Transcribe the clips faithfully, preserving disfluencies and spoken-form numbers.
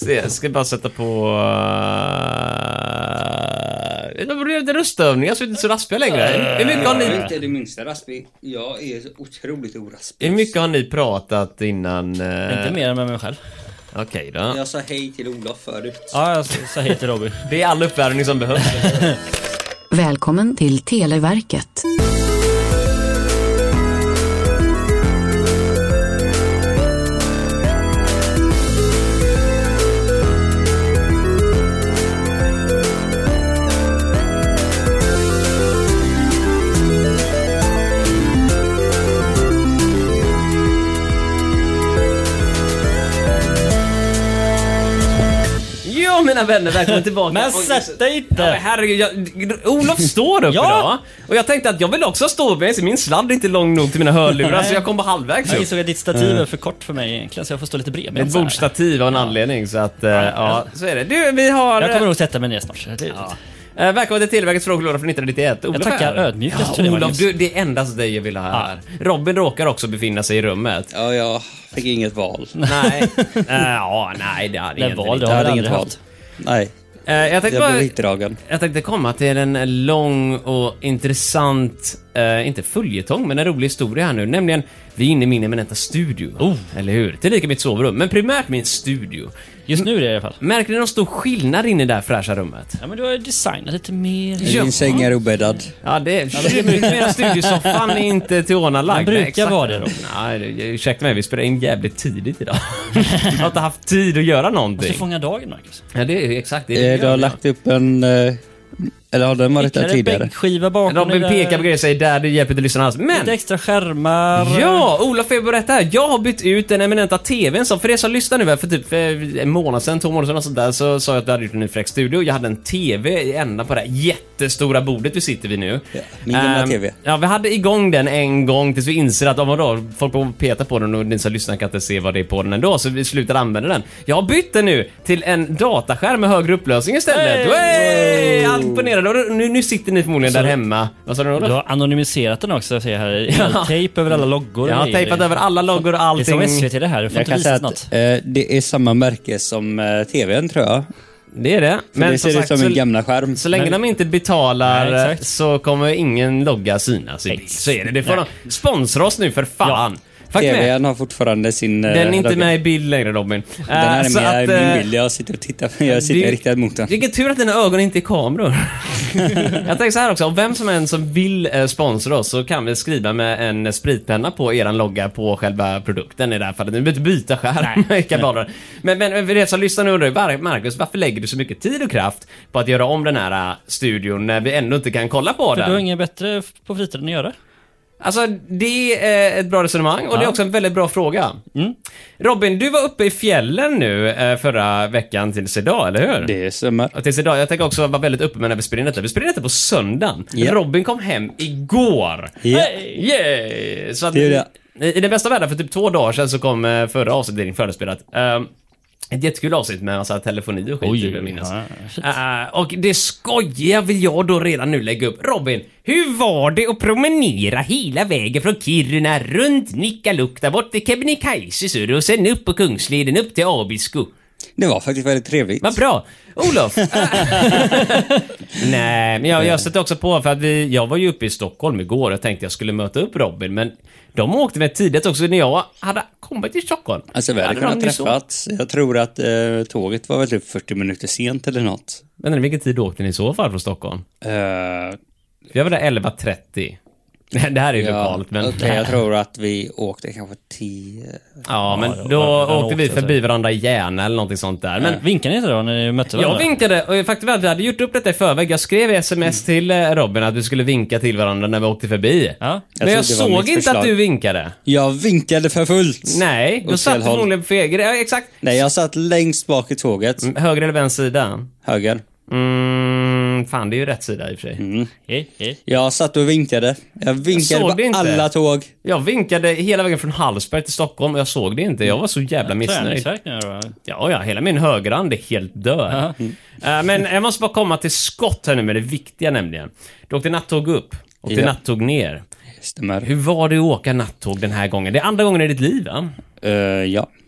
Se, jag ska bara sätta på... Uh... Vad blev det röstövningar så är det inte så raspiga längre? Hur mycket har ni... Jag är inte det minsta raspig. Jag är så otroligt oraspig. Hur mycket har ni pratat innan... Uh... Inte mer än med mig själv. Okej okay, då. Jag sa hej till Olof förut. Ja, jag sa hej till Robin. Det är all uppvärmning som behövs. Välkommen till Televerket. Mina vänner, välkommen tillbaka. Men sätt dig inte. Ja, herregud, jag, Olof står upp ja. idag. Och jag tänkte att jag vill också stå upp. Min sladd är inte lång nog till mina hörlurar. Så jag kom bara halvvägs upp. Jag insåg att ditt stativ är för kort för mig egentligen. Så jag får stå lite bredvid. Ett bordstativ av en anledning. Så att, ja, ja, så är det. Du, vi har... Jag kommer nog sätta mig ner snart. Det är ja. Uh, välkommen till Televerkets frågelåda från nittonhundranittioett. Olof, jag tackar ödmjukast ja, Olof, du, det är endast dig jag vill ha här. Ja. Robin råkar också befinna sig i rummet. Ja, jag fick inget val. Nej, uh, ja, nej, det hade egentligen inte. Det har inget val. Nej. Uh, jag tänkte jag bara, hitdragen. Jag tänkte komma till en lång och intressant, uh, inte följetong, men en rolig historia här nu. Nämligen, vi är inne i min eminenta studio. Oh. Eller hur? Tillika mitt sovrum, men primärt min studio. Just nu är det i alla fall. Märker ni någon stor skillnad inne i det där fräscha rummet? Ja, men du har designat lite mer. Ja. Din säng är obäddad. Ja, det är mycket mer. Studiosoffan är inte till ordnalagd. Den brukar vara det då. Nej, ursäkta mig, vi spelar in jävligt tidigt idag. Jag har inte haft tid att göra någonting. Du fånga dagen, Marcus. Ja, det är exakt det. Eh, du har lagt upp en... Eh, eller har den varit där tidigare? Bänkskiva bakom. Robin pekar på grejer och säger där det hjälper till att lyssna alls. Men... lite extra skärmar. Ja, Olof är berätta här. Jag har bytt ut den eminenta tvn som för er som lyssnar nu här, för typ för en månad sedan, två månader sedan och sånt där, så sa jag att vi hade gjort en ny fräck studio. Jag hade en tv i ändan på det här jättestora bordet vi sitter vid nu. Ja, min gamla um, tv. Ja, vi hade igång den en gång tills vi inser att, oh, då, folk kommer peta på den och ni som lyssnar kan inte se vad det är på den ändå, så vi slutar använda den. Jag har bytt den nu till en dataskärm med högre upplösning istället. Hey! Imponerande. Nu, nu sitter ni förmodligen så där hemma. Vad sa du då? Du har anonymiserat den också, ser jag här. Ja. Tejp över alla loggor. Jag har tejpat över alla loggor och allting. Det är som S V T det här. Du får jag inte kan visa säga något. att eh, det är samma märke som eh, tvn, tror jag. Det är det. Men det ser ut som, som en gamla skärm. Så länge men, de inte betalar nej, så kommer ingen logga synas i bild. Så är det. Det får de sponsra oss nu för fan. Ja. tvn har fortfarande sin... Den är inte med i bild längre, Robin. Den här är med i min bild. Jag sitter och tittar. Jag sitter riktad mot den. Vilken tur att dina ögon inte är kameror. Jag tänker så här också. Om vem som än som vill eh, sponsra oss så kan vi skriva med en spritpenna på eran logga på själva produkten i det här fallet. Ni behöver inte byta skärm. men, men för det som lyssnar nu undrar, Marcus, varför lägger du så mycket tid och kraft på att göra om den här uh, studion när vi ändå inte kan kolla på för den? Du har inget bättre på fritiden att göra. Alltså, det är ett bra resonemang och ja. Det är också en väldigt bra fråga. Mm. Robin, du var uppe i fjällen nu eh, förra veckan tills idag, eller hur? Det stämmer. Och tills idag, jag tänker också vara väldigt uppe med när vi spelade detta. Vi spelade detta på söndagen. Yeah. Robin kom hem igår. Yeah. Hey, yeah. Så att, det är det. I, i den bästa världen, för typ två dagar sedan så kom eh, förra avsnittet förespelat. Um, Ett jättekul avsnitt med en massa telefoni och skit. Oj, jag minnas. Ja, uh, och det skojiga vill jag då redan nu lägga upp. Robin, hur var det att promenera hela vägen från Kiruna runt Nikkaluokta bort till Kebnekaise och sen upp på Kungsleden upp till Abisko? Det var faktiskt väldigt trevligt. Vad bra. Olof. Nej, men jag, jag stötte också på för att vi, jag var ju uppe i Stockholm igår och tänkte jag skulle möta upp Robin, men de åkte med tidigt också när jag hade kommit till Stockholm. Alltså vi hade, hade kunnat träffats. Jag tror att eh, tåget var väl typ fyrtio minuter sent eller något. Men vilken tid åkte ni i så fall från Stockholm? Uh, jag var där elva trettio. Det här är ju ja, lokalt, men... Okej, okay, jag tror att vi åkte kanske tio... Ja, men då, då åkte, åkte vi förbi varandra i Järna eller någonting sånt där. Men vinkade ni inte då när ni mötte varandra? Jag vinkade, och faktiskt att vi hade gjort upp detta i förväg. Jag skrev sms till Robin att vi skulle vinka till varandra när vi åkte förbi. Ja. Men jag, jag såg inte att du vinkade. Jag vinkade för fullt. Nej, du satt förmodligen på fel. Ja, exakt. Nej, jag satt längst bak i tåget. Höger eller vänster sida? Höger. Mm, fan, det är ju rätt sida i och för sig. Mm. He, he. Jag satt och vinkade. Jag vinkade jag på inte. alla tåg. Jag vinkade hela vägen från Hallsberg till Stockholm och jag såg det inte. Jag var så jävla missnöjd. Ja, ja, hela min högerhand är helt död. Mm. Uh, men jag måste bara komma till skott här nu med det viktiga nämligen. Du åkte nattåg upp och ja. nattåg ner. Stämmer. Hur var det att åka nattåg den här gången? Det är andra gången i ditt liv, va? Uh, ja.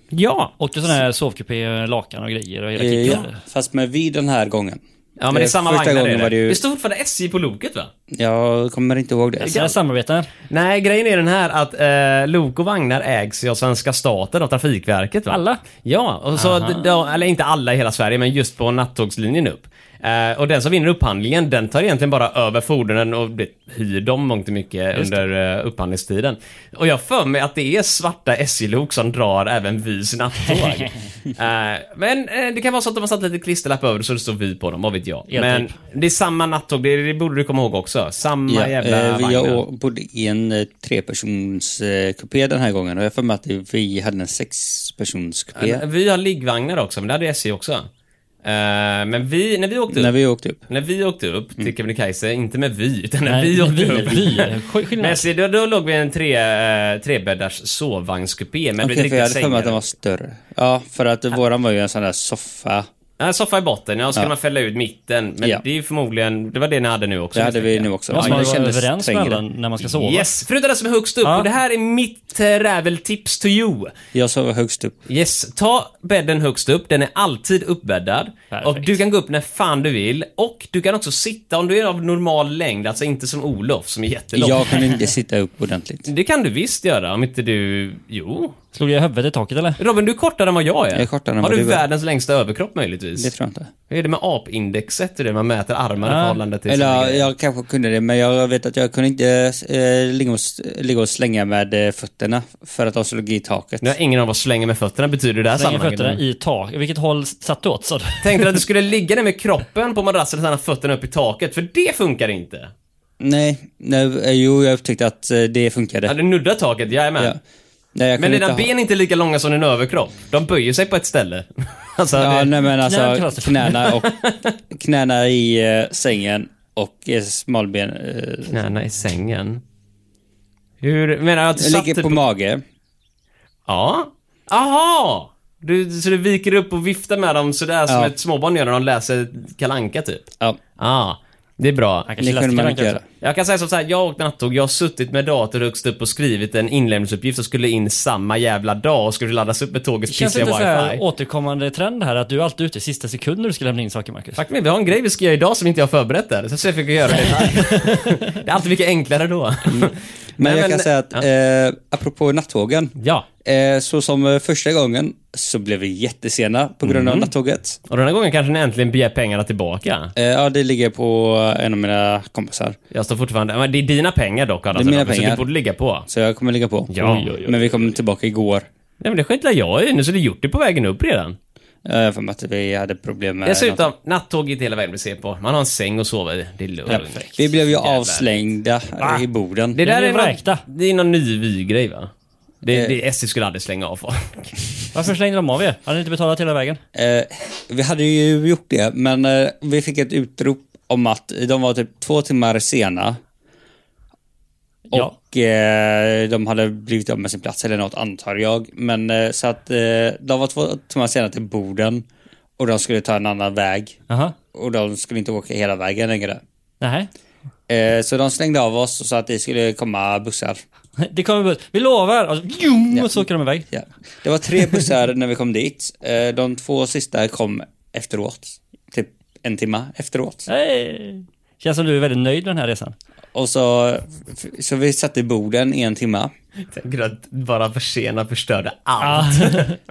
Ja, och det sån här sovkupé, lakan och grejer och hela Eh, kicken. ja, fast med vi den här gången. Ja, men det är Eh, samma första vagnar gången är var det. det ju- Det står fortfarande S J på loket, va? Jag kommer inte ihåg det. Så här samarbetar. Nej, grejen är den här att eh, lok och vagnar ägs ju av svenska staten och Trafikverket, va? Alla? Ja, och så, d- då, eller inte alla i hela Sverige, men just på nattågslinjen upp. Eh, och den som vinner upphandlingen, den tar egentligen bara över fordonen och det, hyr dem mångt och mycket Just under uh, upphandlingstiden. Och jag för mig att det är svarta S J-lok som drar även Vys nattåg. eh, men eh, det kan vara så att de har satt lite klisterlapp över så det står Vy på dem, vad vet jag. Ja, men typ. det är samma nattåg, det, det borde du komma ihåg också. Samma Ja, jävla eh, vi vagnar. jag bodde i en eh, trepersons eh, kupé den här gången och jag för mig att vi hade en sexpersons kupé Ja, vi har liggvagnar också, men det hade S J också. Uh, men vi, när vi åkte upp, när vi åkte upp. när vi åkte upp till Kebnekaise, inte med Vy, utan när Nej, vi åkte vi, upp. vi. Skillnad. Men så, då, då låg vi i en tre, uh, trebäddars sovvagnskupé, men Okej, okay, för jag riktigt hade för mig att den sängar. var större. Ja, för att våran var ju en sån där soffa. Ja, soffa i botten, ja, och så skulle Ja. man fälla ut mitten. Men Ja. det är ju förmodligen, det var det ni hade nu också. Det hade vi misstänker nu jag. också. Måste Ja, man det vara kändes överens trängre. mellan när man ska sova? Yes, förutom det som är högst upp. Ja. Och det här är mitt uh, räveltips to you. Jag sov högst upp. Yes, ta bädden högst upp, den är alltid uppbäddad. Perfekt. Och du kan gå upp när fan du vill. Och du kan också sitta om du är av normal längd, alltså inte som Olof som är jättelång. Jag kunde inte sitta upp ordentligt. Det kan du visst göra, om inte du... Jo. Slog jag huvudet i taket eller? Robin, du är kortare än vad jag är. Jag är kortare än Har vad du du är. världens längsta överkropp möjligtvis? Det tror jag inte. Hur är det med apindexet? Hur är det man mäter armar i Ja. förhållande till... Eller sina ja, grejer? jag kanske kunde det, men jag vet att jag kunde inte eh, ligga, och, ligga och slänga med eh, fötterna för att de slog i taket. Nu har ingen av oss slänger med fötterna, betyder det det här Slänger sammanhanget? fötterna i tak. Vilket håll satt du åt, så? Tänkte du att du skulle ligga ner med kroppen på madrassen och sedan ha fötterna upp i taket? För det funkar inte. Nej, nej, eh, jo, jag upptäckte att eh, det funkade. Ja, du nuddar taket, jajamän. Ja. Nej, jag Men kunde dina inte ha- ben är inte lika långa som din överkropp. De böjer sig på ett ställe. alltså, Ja, det... nej men Knän alltså kallas det för. knäna och knäna i eh, sängen och eh, smalben. Eh, Knäna i sängen. Hur menar du att du jag satt ligger typ på mage. Ja. Aha! Du, så du viker upp och viftar med dem sådär som Ja. ett småbarn gör när de läser Kalle Anka typ. Ja, Ah, det är bra. Han kanske det läste kunde man Kalle inte Anka göra. också. Jag kan säga så här, jag har åkt nattåg, jag har suttit med dator högst upp och skrivit en inlämningsuppgift och skulle in samma jävla dag och skulle laddas upp med tågets Det känns pissiga lite så här wifi. återkommande trend här att du är alltid ute i sista sekunden när du ska lämna in saker, Marcus. Faktum är, vi har en grej vi ska göra idag som inte jag har förberett där. Så jag fick göra det. Det är alltid mycket enklare då. men Nej, jag men- kan säga att ja. eh, apropå nattågen. Ja, Eh, så som eh, första gången så blev vi jättesena på grund av Mm. nattåget. och den här gången kanske ni äntligen begär pengarna tillbaka. Eh, ja, det ligger på en av mina kompisar. Jag står fortfarande... Men det är dina pengar dock, Adam, Det är mina så pengar. du borde ligga på. Så jag kommer ligga på. Ja. Oj, oj, oj. Men vi kom tillbaka igår. Nej, men det skiter jag i nu, så det är gjort det på vägen upp redan. Eh, för att vi hade problem med... Dessutom, nattåget hela vägen vi ser på. Man har en säng att sova i. Det är lugnt. Perfekt. Vi blev ju Jävlar. avslängda Va? i Boden. Det där Ni är, är vräkta. någon, det är någon ny Vy-grej, va? Det, Eh. det, S J skulle aldrig slänga av folk. Varför slängde de av er? Hade ni inte betalat hela vägen? Eh, vi hade ju gjort det, men eh, vi fick ett utrop om att de var typ två timmar sena. Ja. Och eh, de hade blivit av med sin plats eller något, antar jag. Men eh, så att eh, de var två timmar sena till Boden och de skulle ta en annan väg. Jaha. Och de skulle inte åka hela vägen längre. Nej. Eh, så de slängde av oss och sa att det skulle komma bussar. Det kommer buss. Vi lovar! Och så, jum, och så åker de iväg. Ja. Det var tre bussar när vi kom dit. Eh, de två sista kom efteråt. Typ en timme efteråt. Hey. Känns som du är väldigt nöjd med den här resan. Och så, så vi satt i Boden i en timme. Tänker att bara försena förstörde allt.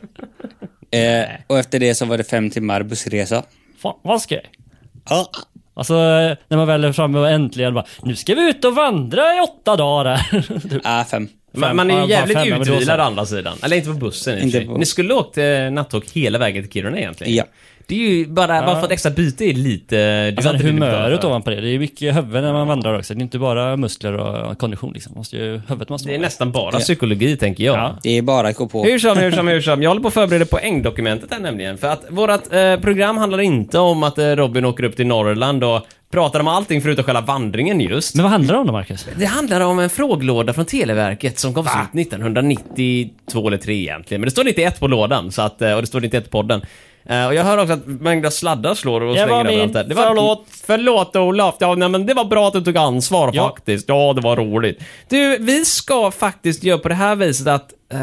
Eh, och efter det så var det fem timmar bussresa. Fan, vad ska jag? Alltså, när man väl är framme och äntligen bara, nu ska vi ut och vandra i åtta dagar här. Typ. Ah, fem. Man, man är Ja, ju bara jävligt fem, men då så. utvilad å andra sidan. Eller inte på bussen i och för Inte sig. på- Ni skulle åkt eh, nattåg hela vägen till Kiruna egentligen. Ja. Det är ju bara, bara för att extra byte är lite... Det är Alltså alltid lite humöret bra. ovanpå det. Det är mycket huvud när man vandrar också. Det är inte bara muskler och kondition liksom. Måste ju, huvudet måste Det är vara. nästan bara psykologi, tänker jag. Ja. Det är bara att gå på. Hur som, hur som, hur som. Jag håller på att förbereda poängdokumentet här nämligen. För att vårt eh, program handlar inte om att eh, Robin åker upp till Norrland och pratar om allting förutom själva vandringen just. Men vad handlar det om då, Marcus? Det handlar om en frågelåda från Televerket som gavs ut nittonhundranittiotvå eller tre egentligen. Men det står nittioett på lådan, så att, och det står nittioett på podden. Uh, och jag hör också att mängder sladdar slår och Det slänger var min. överallt där. Det var Förlåt. Förlåt Olof. Ja, nej, men det var bra att du tog ansvar Ja. faktiskt. Ja, det var roligt. Du, vi ska faktiskt göra på det här viset att... Uh,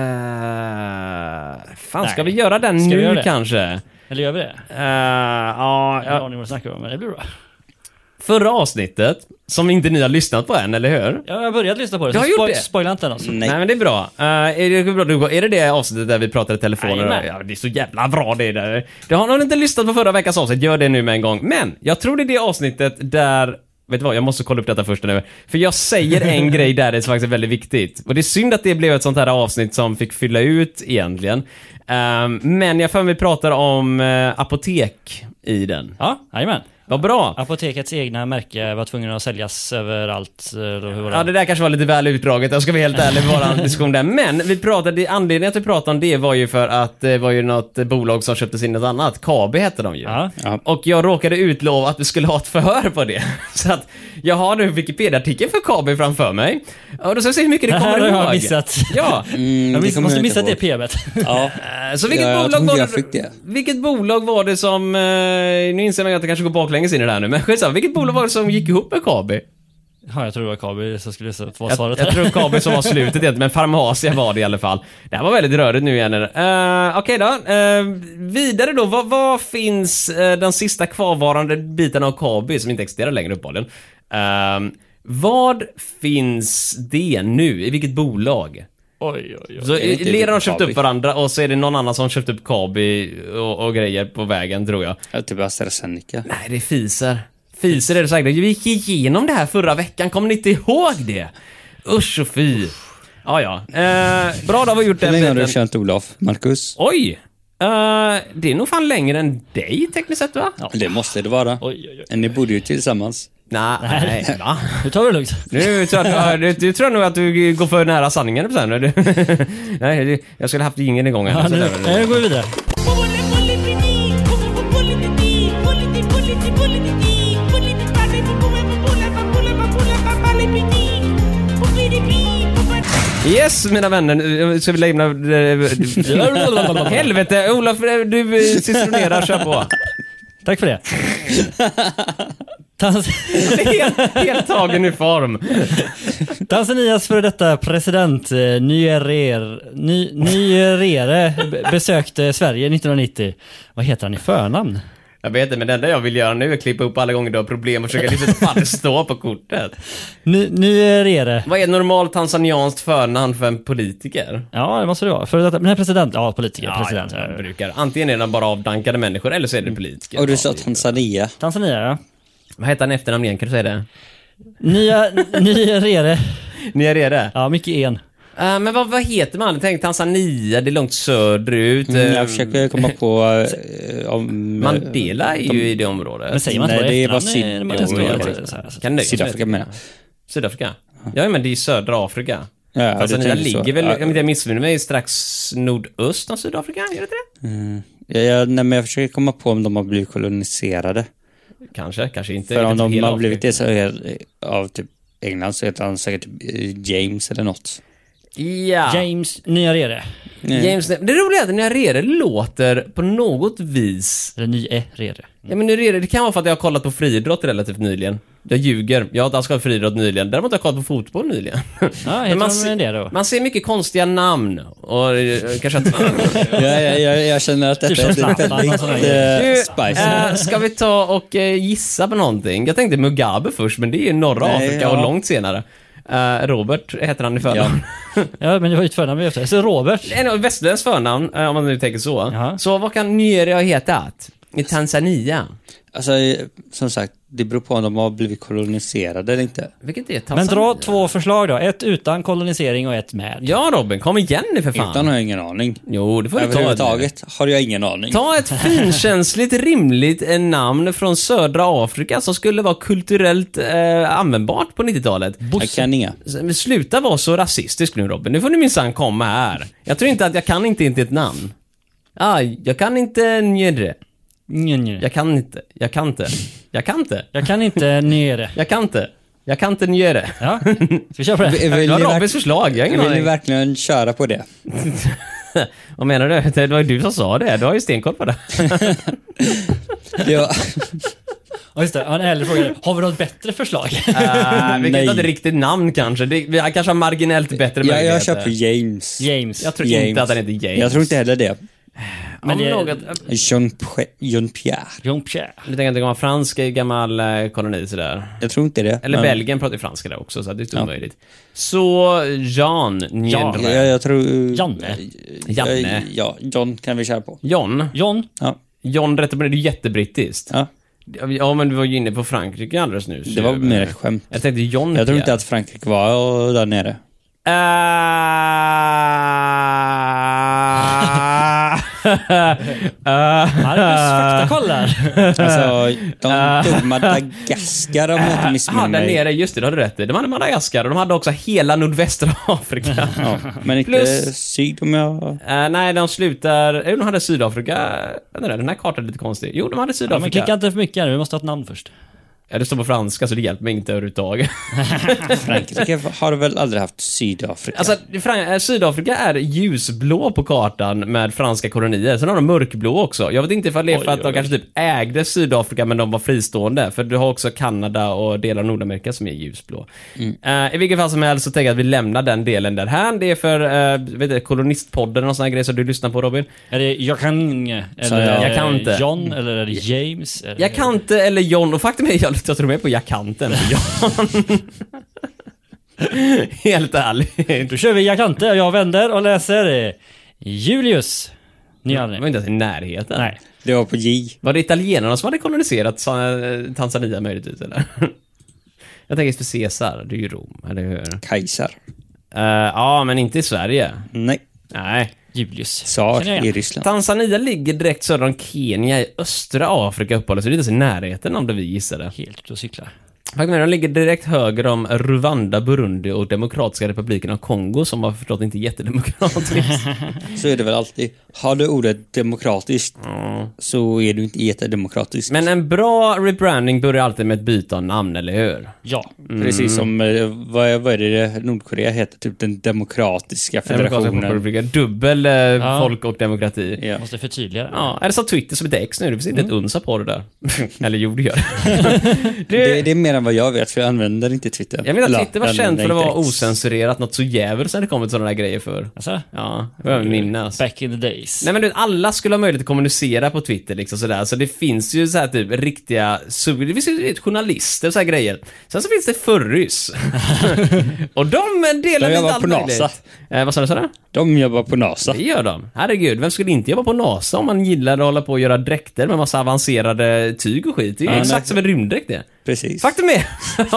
fan, ska Nej. vi göra den Ska vi nu göra det? kanske? Eller gör vi det? Uh, ja, Jag har ja. aning vad du snackar om, men det blir bra. Förra avsnittet, som inte ni har lyssnat på än, eller hur? Jag har börjat lyssna på det, Du har så gjort spoil- det? spoila inte den alltså. Nej. Nej, men det är bra. Uh, är, det bra du, är det det avsnittet där vi pratar i telefoner? Jajamän. Ja, det är så jävla bra det där. Du har nog inte lyssnat på förra veckans avsnitt, gör det nu med en gång. Men, jag tror det är det avsnittet där... Vet du vad, jag måste kolla upp detta först nu. För jag säger en grej där det är faktiskt väldigt viktigt. Och det är synd att det blev ett sånt här avsnitt som fick fylla ut egentligen. Um, men jag för mig pratar om uh, apotek i den. Ja, jajamän. Vad bra. Apotekets egna märke var tvungen att säljas överallt. Eller hur var det? Ja, det där kanske var lite väl utdraget. Jag ska vara helt ärlig med våran diskussion där. Men vi pratade, anledningen att vi pratade om det var ju för att det var ju något bolag som köptes in något annat. K B hette de ju. Ja. Ja. Och jag råkade utlova att vi skulle ha ett förhör på det. Så att jag har nu Wikipedia-artikeln för K B framför mig. Och då ska vi se hur mycket det Det kommer här har ihåg. jag missat. Ja. Mm, Jag det miss, kommer måste jag missa inte det ihåg. P M:et. Ja. Eh, Så vilket Ja, jag bolag tror var inte det? jag fick det. Vilket bolag var det som... Eh, nu inser jag att jag kanske går baklänges in i det här nu. Men skitsamma, vilket bolag var det som gick ihop med K B? Ja, jag tror det var K B som skulle få Jag, svaret. jag tror K B som var slutet egentligen, men Farmacia var det i alla fall. Det här var väldigt rörigt nu igen. Uh, Okej okay då. Uh, vidare då, vad, vad finns uh, den sista kvarvarande biten av K B som inte existerar längre uppehållen? Uh, vad finns det nu? I vilket bolag? Oj, oj, oj. Så Är det inte Lera har typ köpt Kabi? upp varandra och så är det någon annan som köpt upp K B och, och grejer på vägen, tror jag. Ja, typ AstraZeneca. Nej, det är Fiser. Fiser är det säkert. Vi gick igenom det här förra veckan. Kommer ni inte ihåg det? Usch och fy. Ja, ja. Eh, bra, då har vi gjort Hur den länge har du biten. känt Olof? Marcus? Oj! Eh, det är nog fan längre än dig, tekniskt sett, va? Ja. Det måste det vara. Oj, oj, oj. Ni bodde ju tillsammans. Nej, nej, va? Nu tar vi det lugnt. Nu tror jag, du, du tror nog att du går för nära sanningen på sen. Du. Nej, det- jag skulle haft ingen igång. Ja, nu, nu går vi vidare. Yes, mina vänner. Nu ska vi lämna... Helvete, Olof, du citronerar, kör på. Tack för det. Tans- Helt, helt tagen i form. Tanzanias före detta president eh, Nyerere, Ny, Nyerere be- besökte Sverige nittonhundranittio. Vad heter han i förnamn? Jag vet inte, men det enda jag vill göra nu är klippa upp alla gånger du har problem och försöka liksom fan det står på kortet. Ny, Nyerere. Vad är normalt tanzanianskt förnamn för en politiker? Ja, det måste det vara. Före detta, men president. Ja, politiker. president. Ja, jag brukar. Antingen är de bara avdankade människor eller så är det politiker. Och du sa Tanzania. Tanzania, ja. Vad heter han i efternamn igen? Kan du säga det? Nya, Nyerere. Ni är det? Ja, mycket en. Uh, men vad, vad heter man? Tänk Tanzania, det är långt söderut. Mm, Uh, jag försöker komma på uh, om... Mandela är ju i det området. Men säger man inte Nej, vad det är bara efternamn är? Syd- Man Jo, ska jag göra vet. det så här, så. Kan det, Sydafrika menar jag. Sydafrika? Ja, men det är ju södra Afrika. Ja, ja, Tanzania du tänker så. ligger väl, Ja. om inte jag missminner mig, strax nordöst av Sydafrika, gör det inte det? Mm. Ja, ja, nej, men jag försöker komma på om de har blivit koloniserade. Kanske, kanske inte. För om inte de hela har blivit Afrika. det så är, av typ England så heter han säkert typ eh, James eller något. Ja. James Nyerere. Nej. James, det roliga är att Nyerere låter på något vis... Eller Nyerere. Ja, men Nyerere, det kan vara för att jag har kollat på friidrott relativt nyligen. Jag ljuger. Jag har inte alls kollat på friidrott nyligen. Däremot har jag kollat på fotboll nyligen. Ja, Men heter man, de se, det då? man ser mycket konstiga namn. Och eh, kanske att... Ja, ja, ja, jag känner att detta Typ som är Zlatan och sådana väldigt grejer. eh, Du, spicy. eh, ska vi ta och eh, gissa på någonting? Jag tänkte Mugabe först, men det är ju norra Nej, Afrika ja. och långt senare. Eh, Robert heter han i förnamn. Ja, men det var ju ett förnamn vi efter. Så Robert. En av västerländskt förnamn, eh, om man nu tänker så. Jaha. Så vad kan Nyerere ha hetat? I Tanzania? Alltså, eh, som sagt, det beror på om de har blivit koloniserade eller inte. Vilket är Men Tanzania? dra två förslag då. Ett utan kolonisering och ett med. Ja, Robin, kom igen nu för fan. Utan har jag ingen aning. Jo, det får du ta. Överhuvudtaget har jag ingen aning. Ta ett finkänsligt, rimligt eh, namn från södra Afrika som skulle vara kulturellt eh, användbart på nittiotalet. Jag kan inga. Men sluta vara så rasistisk nu, Robin. Nu får ni minsann komma här. Jag tror inte att jag kan inte inte ett namn. Ah, jag kan inte Nyerere. Nj, nj. Jag kan inte. Jag kan inte. Jag kan inte. Jag kan inte Nyerere. Jag kan inte. Jag kan inte Nyerere. Ja, ska vi köra på det? Vill, Det vill, var ni, Robins verk- förslag. Jag har ingen vill ni aning. verkligen köra på det? Vad menar du? Det var ju du som sa det. Du har ju stenkoll på det. Ja. Ja, just det. En äldre fråga. Har vi något bättre förslag? Uh, vi kan inte riktigt namn kanske. Det, vi kanske har marginellt bättre Ja, möjligheter. jag köper James. James. Jag tror James. inte att han heter James. Jag tror inte heller det. Men det är något... Jean, Jean Pierre. Jean Pierre. Du tänker att det kan vara fransk gammal eh, koloni sådär. Jag tror inte det. Eller men... Belgien pratar ju franska där också, så det är inte Ja. omöjligt. Så Jean Ja, Ja, jag, jag tror... Janne. Janne. Ja, John kan vi köra på. John. John. Ja. John rätt på det, det är jättebrittiskt. Ja. Ja, men du var ju inne på Frankrike alldeles nu. Det var mer ett skämt. Jag tänkte John. Jag tror inte att Frankrike var där nere. Uh... Marcus faktakollar. Alltså, de tog Madagaskar om jag inte missminner Ja, där mig. nere, just det, det hade du rätt i. De hade Madagaskar och de hade också hela nordvästra Afrika. Ja, men inte Plus- syd om jag... Uh, nej, de slutar... Jo, de hade Sydafrika. Vänta där, den här kartan är lite konstig. Jo, de hade Ja, Sydafrika. men klicka inte för mycket här, vi måste ha ett namn först. Ja, det står på franska så det hjälper mig inte överhuvudtaget. Frankrike har väl aldrig haft Sydafrika? Alltså, Fran- Sydafrika är ljusblå på kartan med franska kolonier. Sen har de mörkblå också. Jag vet inte ifall det är för Oj, att de oj. kanske typ ägde Sydafrika men de var fristående. För du har också Kanada och delar av Nordamerika som är ljusblå. Mm. Uh, I vilket fall som helst så tänker jag att vi lämnar den delen där här. Det är för uh, vet du, kolonistpodden och såna grejer som du lyssnar på, Robin. Är det jag kan eller Så jag- är det jag kan inte. John eller är det James? Eller... Jag kan inte eller John, och faktum är jag, jag tror med på jag kan inte eller John. Helt ärligt. Då kör vi jag kan inte och jag vänder och läser Julius. Ny Det aldrig. var inte ens i närheten. Nej. Det var på J. Var det italienarna som hade koloniserat Sa- Tanzania möjligtvis, eller? Jag tänker för Caesar, det är ju Rom, eller hur? Kajsar. Uh, ja, men inte i Sverige. Nej. Nej. Julius. Tsar Känner jag i igen. Ryssland. Tanzania ligger direkt söder om Kenya i östra Afrika uppehållet, så det är inte så i närheten om det vi gissade. Helt ute och cyklar. Faktum är att de ligger direkt höger om Rwanda, Burundi och Demokratiska republiken av Kongo, som var förstått inte jättedemokratiskt. Så är det väl alltid. Har du ordet demokratiskt Mm. så är du inte jättedemokratisk. Men en bra rebranding börjar alltid med ett byte av namn, eller hur? Ja. Precis som, eh, vad, är- vad är det Nordkorea heter? Typ den demokratiska Demokratiska federationen. republiken. Dubbel eh, Ja. folk och demokrati. Ja. Måste förtydliga det. Ja, är det så Twitter som ett X nu? Det finns inte ett unsa på det där. Eller jo, det gör det. Det, det är mer än vad jag vet, för jag använder inte Twitter. Jag menar Eller, att Twitter var jag känd för att använder vara inte X. osensurerat något så jävligt så det kommit sådana där grejer för. Alltså? Ja, det var jag minnas. Back in the days. Nej men du vet, alla skulle ha möjlighet att kommunicera på Twitter liksom sådär. Så det finns ju så här typ riktiga sub- det finns ju journalister och så här grejer. Sen så finns det furrys. Och de delar De inte jobbar allt på möjligt. NASA. Eh, vad sa du, sa du? De jobbar på NASA. Det gör de. Herregud, vem skulle inte jobba på NASA om man gillar att hålla på och göra dräkter med massa avancerade tyg och skit? Det är ju Ja, exakt nej. som en rymddräkt det. Precis. Faktum är,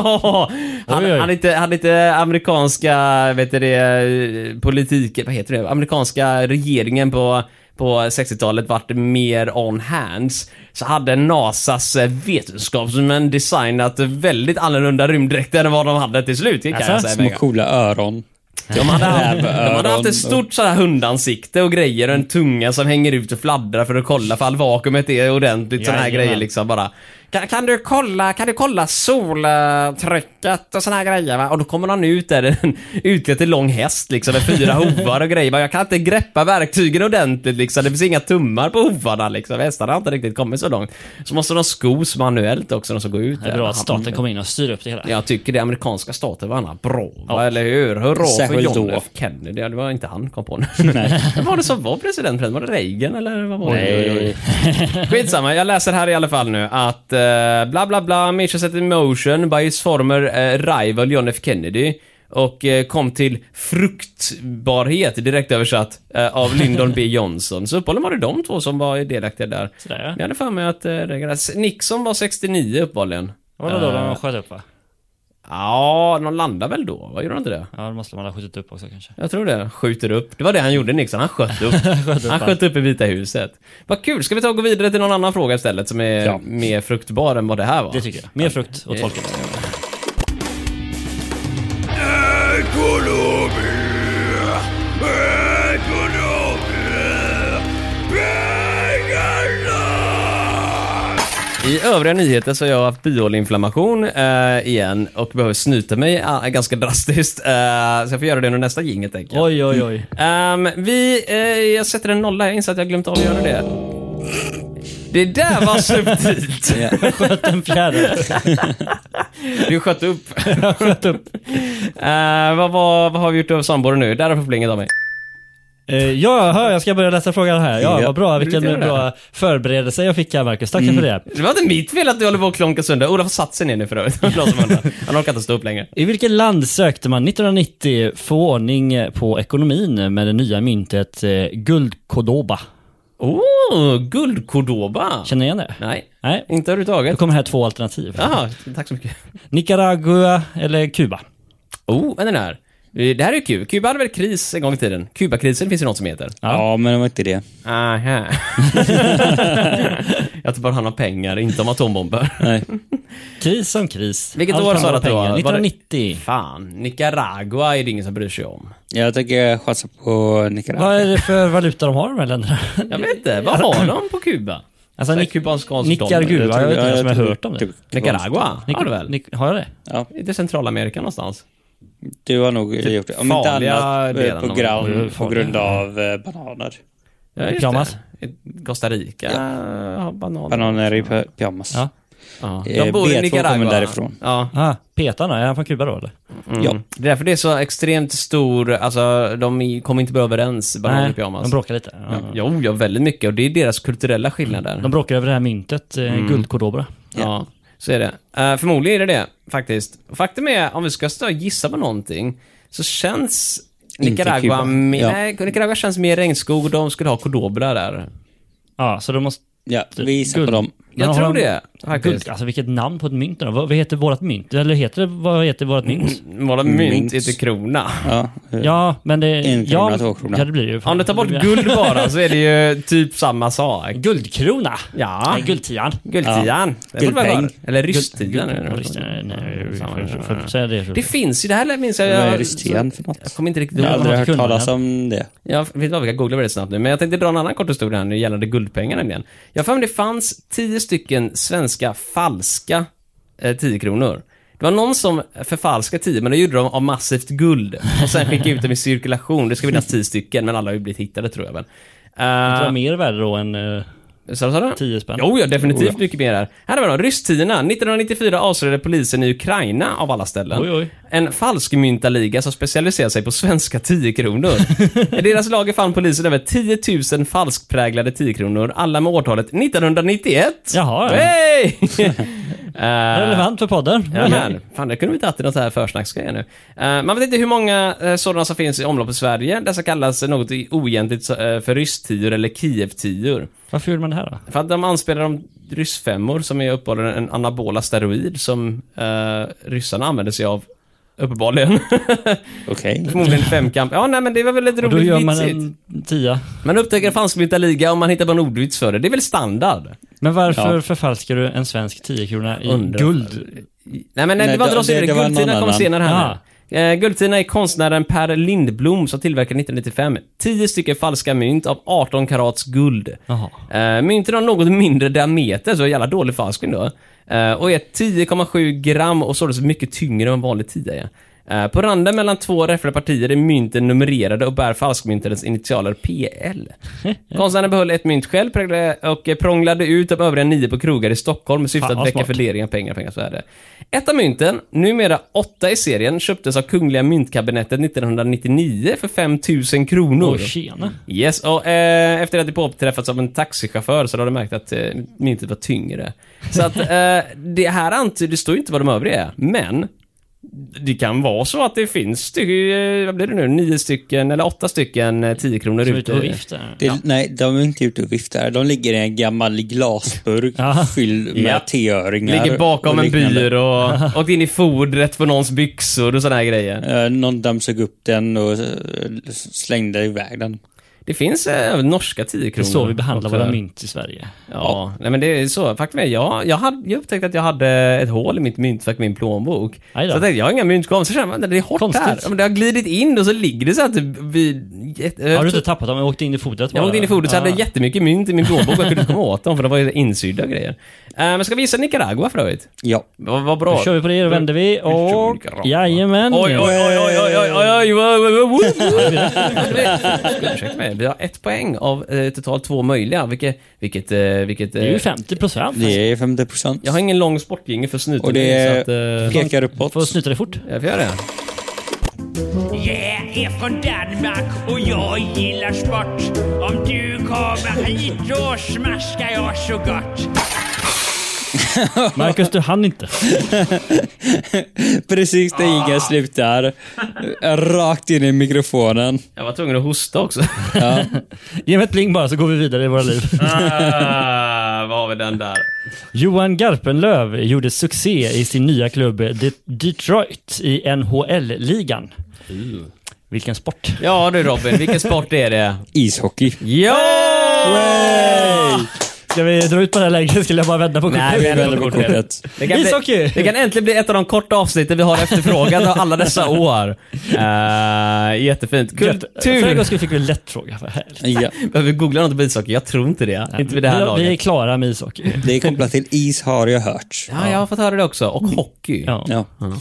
hade, Oj, oj. hade, inte, hade inte amerikanska, vet du det, politiken, vad heter det, amerikanska regeringen på, på sextiotalet varit mer on hands, så hade NASAs vetenskapsmän designat väldigt annorlunda rymddräkter än vad de hade till slut, kan Alltså, jag säga. Små Mega. coola öron. De hade, haft, de hade haft Öron. ett stort sådär hundansikte och grejer och en tunga som hänger ut och fladdrar för att kolla för all vakuumet är ordentligt, sådana här Jajamän. grejer liksom bara. Kan, kan du kolla, kan du kolla soltrycket och såna här grejer, va? Och då kommer han ut där, en utklädd till lång häst liksom med fyra hovar och grejer. Bara, jag kan inte greppa verktygen ordentligt liksom. Det finns inga tummar på hovarna liksom. Hästarna har inte riktigt kommit så långt. Så måste de skos manuellt också när de ska gå ut Det är där. bra att staten kommer in och styr upp det hela. Jag tycker det amerikanska staten var annat bra, va? Eller hur? Hurra för Särskilt John då. F. Kennedy. Det var inte han kom på nu. Nej. Vem var det som var president? Var det Reagan eller vad var det? Nej. Skitsamma, jag läser här i alla fall nu att uh, bla bla bla, Misha set in motion by his former uh, rival John F. Kennedy och uh, kom till fruktbarhet direkt översatt uh, av Lyndon B. Johnson. Så uppehållen var det de två som var delaktiga där. Sådär, ja. Jag hade för mig att uh, Reagan, Nixon var sextionio uppehållen. Det var då Eh, de sköt upp, va? Ja, de landade väl då? Vad gjorde de inte det? Ja, det måste man ha skjutit upp också kanske. Jag tror det. Skjuter upp. Det var det han gjorde, Nixon. Han sköt upp. Sköt upp, Han sköt upp i Vita huset. Vad kul. Ska vi ta och gå vidare till någon annan fråga istället som är Ja. mer fruktbar än vad det här var? Det tycker jag. Mer frukt åt folket. I övriga nyheter så har jag haft bihåleinflammation eh, igen och behöver snuta mig eh, ganska drastiskt. Eh, så jag får göra det under nästa jinget, tänker jag. Oj, oj, oj. Um, vi, eh, jag sätter en nolla, jag inser att jag glömt av att göra det. Det där var subtilt. Jag sköt en fjärde. Du sköt upp. Jag sköt upp. Uh, vad, vad, vad har vi gjort över samborren nu? Där har jag inget av mig. Uh, ja, hör, jag ska börja läsa frågan här. Ja, Ja. vad bra. Vilken Vill du göra bra förberedelse jag fick här, Marcus. Tack för det. Det var inte mitt fel att du håller på att klonka sönder. Olof har satt sig ner nu för övrigt. Han orkar inte stå upp längre. I vilket land sökte man nittonhundranittio få ordning på ekonomin med det nya myntet eh, guldkordoba? Oh, guldkordoba. Känner ni igen det? Nej, Nej. inte Då överhuvudtaget. kommer här två alternativ. Jaha, tack så mycket. Nicaragua eller Kuba? Oh, men den här. Det här är ju kul. Kuba hade väl kris en gång i tiden. Kubakrisen finns ju något som heter. Ja, men det var inte det. Aha. Jag tar bara hand om pengar, inte om atombomber. Nej. Kris som kris. Vilket Allt år handlar sa du om att det var? pengar. Var det- nittonhundranittio. Fan, Nicaragua är det ingen som bryr sig om. Jag tänker chansa på Nicaragua. Vad är det för valuta de har, de här länderna? Jag vet inte, vad har de på Kuba? Alltså, Så här Nic- kubansk dollar. Nicaragua, jag vet inte om jag har hört om det. Nicaragua, har du väl? Nic- har jag det? Ja, I Centralamerika någonstans. du har nog gjort det. Om inte farliga annat eh, delen på, av- grund, Mm, på farliga. grund av eh, bananer. Ja, just Pyjamas? det. Costa Rica har bananer. Bananer i py- pyjamas. Ja. Ja. Eh, Jag bor B i två Nicaragua. kommer därifrån. Ja. Ah, petarna, är han från Kuba då eller? Mm. Ja. Det är därför det är så extremt stor, alltså de i- kommer inte bra överens, bananer i pyjamas. de bråkar lite. Ja. Jo, ja, väldigt mycket. Och det är deras kulturella skillnader. De bråkar över det här myntet, eh, Mm. guldkordoba. Ja, så är det. Uh, förmodligen är det det, faktiskt. Faktum är, om vi ska stå och gissa på någonting, så känns Inte Nicaragua... Kuba. Mer, Ja. Nej, Nicaragua känns mer regnskog och de skulle ha Cordoba där. Ja, så de måste... Ja, vi gissar Guld. på dem. Jag Men tror har de- det, faktiskt. Guld, alltså vilket namn på ett mynt då? Vad, vad heter vårat mynt? Eller heter det, vad heter vårat mynt? Våra mynt Mynt. heter krona. Ja, eh, Ja, men det... En krona, ja, två kronor. Ja, det blir det ju. Om du tar bort Det blir- guld bara så är det ju typ samma sak. Guldkrona! Ja, Nej, guldtian. guldtian. Det borde väl Guldpeng. vara- Eller rysttian. Guld- är det. guld- rystian, nej, Samma. för- för- för- säg det. Det finns ju, det här minns jag. vad är Jag, rystian för jag något? kommer inte riktigt Jag har ihåg. aldrig har hört inte talas kunnat. om det. Jag vet vad, vi kan googla väldigt snabbt nu. Men jag tänkte dra en annan kort historia här nu gällande guldpengar nämligen. Jag för mig det fanns tio stycken svenska falska eh, tio kronor. Det var någon som förfalskade tio, men då gjorde de av massivt guld. Och sen skickade ut dem i cirkulation. Det ska finnas tio stycken, men alla har ju blivit hittade tror jag väl. Det var Uh, mer värde då än uh, så sa du? tio spänn. Jo, ja, definitivt Oh, ja. mycket mer här. Här har vi då, rysstierna. nittonhundranittiofyra avslöjade polisen i Ukraina av alla ställen. Oj, oj. En falskmyntarliga som specialiserar sig på svenska tio kronor. I deras lager fann polisen över tio tusen falskpräglade tio kronor, alla med årtalet nittonhundranittioett. Jaha, ja. Hej! uh, Relevant för podden. Ja, men, fan, det kunde vi tagit i något så här försnacksgrejer nu. Uh, man vet inte hur många uh, sådana som finns i omlopp i Sverige. Dessa kallas något oegentligt uh, för rysstior eller Kiev-tior. Varför gjorde man det här då? För att de anspelar om ryssfemmor som är uppehållande en anabola steroid som uh, ryssarna använder sig av uppenbarligen. Okej. Förmodligen femkamp. Ja, nej, men det var väl ett Och då roligt gör man vitsigt. en tia. Man upptäcker en falskmyntarliga och man hittar på en ordvits för det. Det är väl standard? Men varför Ja. förfalskar du en svensk tio krona i Undrar. guld? Nej, men nej, Nej, det var inte det- de som det- gjorde det var det. en Guldtina annan. kommer senare här Ja. nu. Eh, Guldtina är konstnären Per Lindblom som tillverkade nittonhundranittiofem tio stycken falska mynt av arton karats guld. Jaha. Eh, mynten har något mindre diameter, så jävla dålig falskning då. Eh, och är tio komma sju gram och således mycket tyngre än en vanlig tia är. Eh, på randen mellan två räfflade partier är mynten numrerade och bär falskmyntens initialer P L. Konstnären behöll ett mynt själv präglade- och prånglade ut de övriga nio på krogar i Stockholm med syfte Fan, att vad väcka smart. värdering av pengar, pengars värde. Ett av mynten, numera åtta i serien, köptes av Kungliga Myntkabinettet nittonhundranittionio för fem tusen kronor. Åh, tjena. Yes, och eh, efter att det påträffats av en taxichaufför så har de märkt att eh, myntet var tyngre. Så att eh, det här antyder, det står ju inte vad de övriga är, men det kan vara så att det finns styck, eh, vad blir det nu, nio stycken eller åtta stycken eh, tio kronor Så ute. ute och viftar. Det, Nej, de är inte ute och viftar. De ligger i en gammal glasburk Ja. fylld med Ja. teöringar. Ligger bakom och en liknande. byrå och åkt in i fodret på någons byxor och sådana här grejer. Eh, Någon dammsög upp den och eh, slängde iväg den. Det finns eh, norska tio kronor. Det är så vi behandlar också. våra mynt i Sverige. Ja, ja. Nej, men det är så. Faktum är, jag, jag, hade, jag upptäckte att jag hade ett hål i mitt myntfack, min plånbok. Så jag tänkte, jag har inga mynt kvar. Så känner man, det är hårt Konstigt. här. Men det har glidit in och så ligger det så att vi... Har du inte tappat dem? Jag åkte in i fodret. Jag åkte in i fodret så ah. hade jag jättemycket mynt i min plånbok. Jag kunde inte komma åt dem för de var ju insydda grejer. Uh, men ska vi visa Nicaragua för övrigt? Ja. Vad va bra. Då kör vi på det och vänder vi. Och... Jajamän. Oj, oj, oj, oj, oj, oj, oj, oj, oj. Ursäkta mig, vi har ett poäng av eh, totalt två möjliga. Vilket, vilket, eh, vilket, eh, det är ju femtio procent. Det är femtio procent. Jag har ingen lång sportgänge för snutet. Och det så att, eh, pekar uppåt. Får snuta det fort. Jag får göra det. Jag är från Danmark och jag gillar sport. Om du kommer hit då smaskar jag så gott. Marcus, du hann inte. Precis när Inga slutar. Rakt in i mikrofonen. Jag var tvungen att hosta också. Ja. Ge mig ett pling bara så går vi vidare i våra liv. Ah, vad har vi den där? Johan Garpenlöv gjorde succé i sin nya klubb Detroit i N H L-ligan. Uh. Vilken sport? Ja du Robin, vilken sport är det? Ishockey. Ja! Way! Ska vi dra ut på det här läget? Skulle jag bara vända på kortet? Nej, vi vänder på kortet. Det kan, bli, det kan äntligen bli ett av de korta avsnitten vi har efterfrågat av alla dessa år. Uh, jättefint. Kultur. Förra gången fick vi en lätt fråga. Ja. Behöver vi googla något om ishockey? Jag tror inte det. Nej, inte vid det här vi, laget. Vi är klara med ishockey. Det är kopplat till is har jag hört. Ja, jag har fått höra det också. Och hockey. Ja. Ja. Mm.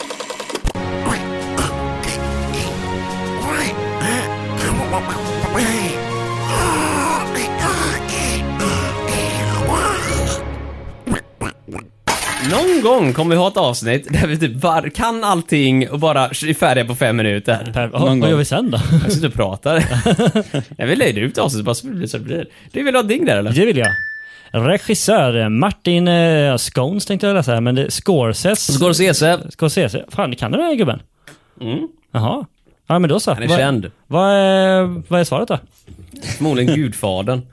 Någon gång kommer vi ha ett avsnitt där vi typ var, kan allting och bara är färdiga på fem minuter. Per, oh, vad gör vi sen då? Jag sitter och pratar. Jag vill lägga ut avsnitt bara så det blir så det blir. Du vill ha ding där eller? Det vill jag. Regissör Martin uh, Scones tänkte jag läsa här, men det är Scorsese. Scorsese. Scorsese. Fan, kan du den här gubben? Mm. Jaha. Ja, men då så. Han är Va, känd. Vad är, vad är svaret då? Förmodligen Gudfadern.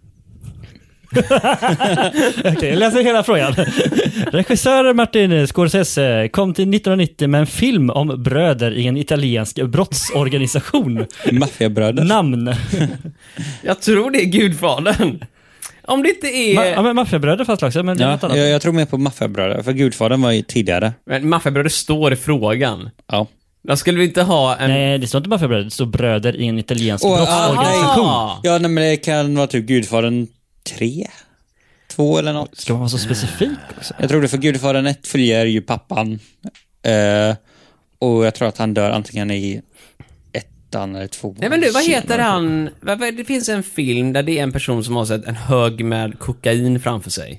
Okej, okay, jag läser hela frågan. Regissör Martin Scorsese kom till nittonhundranittio med en film om bröder i en italiensk brottsorganisation. Maffiabröder. Namn. Jag tror det är Gudfadern. Om det inte är... Ma- ja, men maffiabröder fast också. Men det ja, är jag, jag tror mer på maffiabröder, för Gudfadern var ju tidigare. Men maffiabröder står i frågan. Ja. Då skulle vi inte ha en... Nej, det står inte maffiabröder, det står bröder i en italiensk oh, brottsorganisation. Ah, ja, nej, men det kan vara typ Gudfadern tre, två eller något. Ska man vara så specifik också? Jag tror det, för Gudfadern ett följer ju pappan. Eh, och jag tror att han dör antingen i ettan eller två. Nej men du, vad heter han? Det finns en film där det är en person som har sett en hög med kokain framför sig.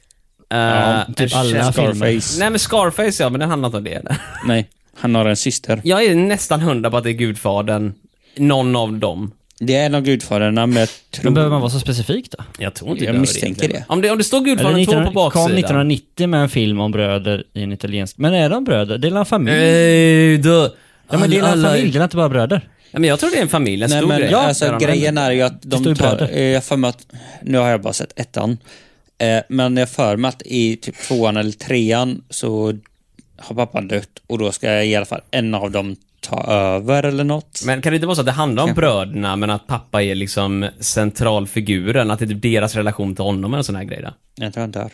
Ja, uh, typ alla Scarface. Nej men Scarface, ja, men den handlar inte om det. Nej, han har en syster. Jag är nästan hundra på att det är Gudfadern. Någon av dem. Det är en av Gudfaderna, men jag tror... Men behöver man vara så specifik då? Jag tror inte jag misstänker det. Om det, om det står Gudfadern två på baksidan. Kom nittonhundranittio med en film om bröder i en italiensk. Men är de bröder? Det är en familj. Nej, då. Ja, men det är en familj, det är inte bara bröder. Ja, men jag tror det är en familj, en Nej, stor men, grej. Ja, alltså, grejen är ju att de tar... Eh, jag för mig att... Nu har jag bara sett ettan. Eh, men jag för mig att i typ tvåan eller trean så har pappan dött. Och då ska i alla fall en av dem ta över eller något. Men kan det inte vara så att det handlar om bröderna, men att pappa är liksom centralfiguren, att det är typ deras relation till honom eller sån här grej då? Jag tror han dör.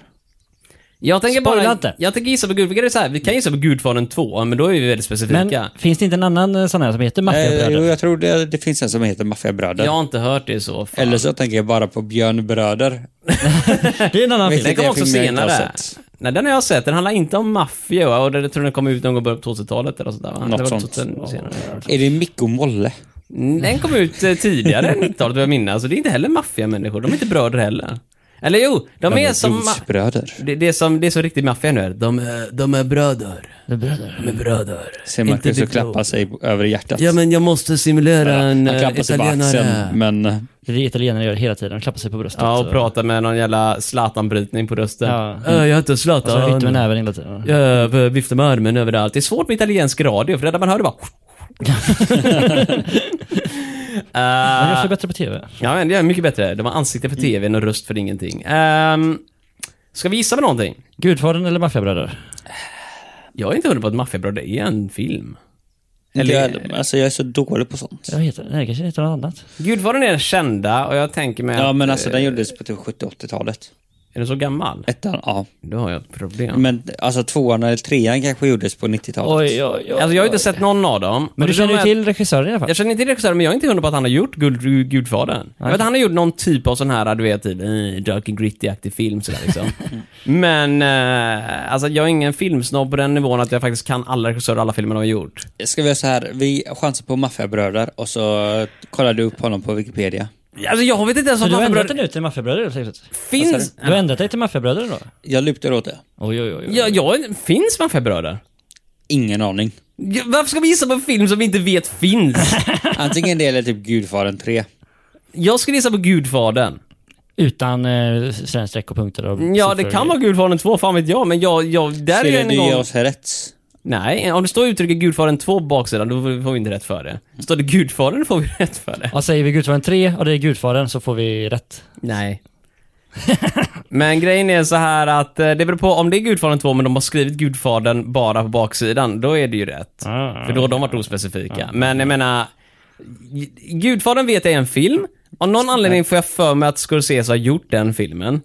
Jag tänker Spoila bara, inte. jag tänker gissa på Gud, vilka är det så här, vi kan gissa på Gudfadern två, men då är vi väldigt specifika. Men finns det inte en annan sån här som heter Maffiabröder? Eh, jo, jag tror det, det finns en som heter Maffiabröder. Jag har inte hört det så. Fan. Eller så tänker jag bara på Björnbröder. Det är en annan film. Den kom också senare. Nej, den har jag sett. Den handlar inte om maffia, och det tror jag kom ut någon gång på tvåtusentalet eller sådär. Va? Något sånt. Senare. Är det Mikko Molle? Den kom ut tidigare än nittiotalet, vad jag minns. Så det är inte heller maffia-människor. De är inte bröder heller. Eller jo, de, de är, är som... bröder. Det, det, är som, det är så riktigt maffia nu. De, är, de är bröder. De är bröder. De är bröder. Ser man att så klappar sig över hjärtat. Ja, men jag måste simulera ja, en han klappar sig på axeln, men... Det är det italienare gör hela tiden. De klappar sig på bröstet. Ja, och så. pratar med någon jävla Zlatan-brytning på rösten. Ja. Mm. Jag heter Zlatan. Och så viftar med näven hela tiden. Ja, viftar med armen överallt. Det är svårt med italiensk radio, för det där man hör det bara... Man gör sig bättre på tv. Ja, men det är mycket bättre. De har ansikte för tv och röst för ingenting. Um, ska vi gissa med någonting? Gudfadern eller Maffiabröder? Jag är inte hundra på att Maffiabröder är en film. Eller, jag, alltså jag är så dålig på sånt. Jag heter, nej, kanske heter något annat. Gudfadern är den kända och jag tänker mig Ja, att, men alltså den gjordes på typ sjuttio-åttiotalet. Är den så gammal? Ettan, ja. Då har jag ett problem. Men alltså tvåan eller trean kanske gjordes på nittiotalet. Oj, oj, oj. Alltså jag har inte sett någon av dem. Men du känner ju till regissören i alla fall. Jag känner inte till regissören, men jag är inte hundra på att han har gjort Gud, Gudfadern. Jag vet att han har gjort någon typ av sån här, du vet, typ, eh, dark and gritty-aktig film sådär liksom. Men, eh, alltså jag är ingen filmsnobb på den nivån att jag faktiskt kan alla regissörer och alla filmer de har gjort. Ska vi göra så här, vi chansar på Maffiabröder och så kollar du upp honom på Wikipedia. Alltså jag vet inte ens så om du har ändrat Maffiabröder dig nu till Maffiabröder? finns. Du har ändrat dig till Maffiabröder då? Jag lutar åt det. Oj, oj, oj. Ja, ja, finns Maffiabröder? Ingen aning. Ja, varför ska vi gissa på en film som vi inte vet finns? Antingen det eller typ Gudfadern tre. Jag skulle gissa på Gudfadern. Utan eh, streck och punkter och Ja, det kan vara Gudfadern två, fan vet jag. Men jag, jag där Skulle är en du gång... ge oss rätt? Nej, om det står uttrycket Gudfadern två på baksidan, då får vi inte rätt för det. Står det Gudfadern, då får vi rätt för det. Ja, säger vi Gudfadern tre och det är Gudfadern så får vi rätt. Nej. Men grejen är så här att det beror på om det är Gudfadern två men de har skrivit Gudfadern bara på baksidan, då är det ju rätt. Ah, för då har de varit ospecifika. Ah, men jag menar, Gudfadern vet jag är en film. Av någon anledning får jag för mig att Scorsese har gjort den filmen.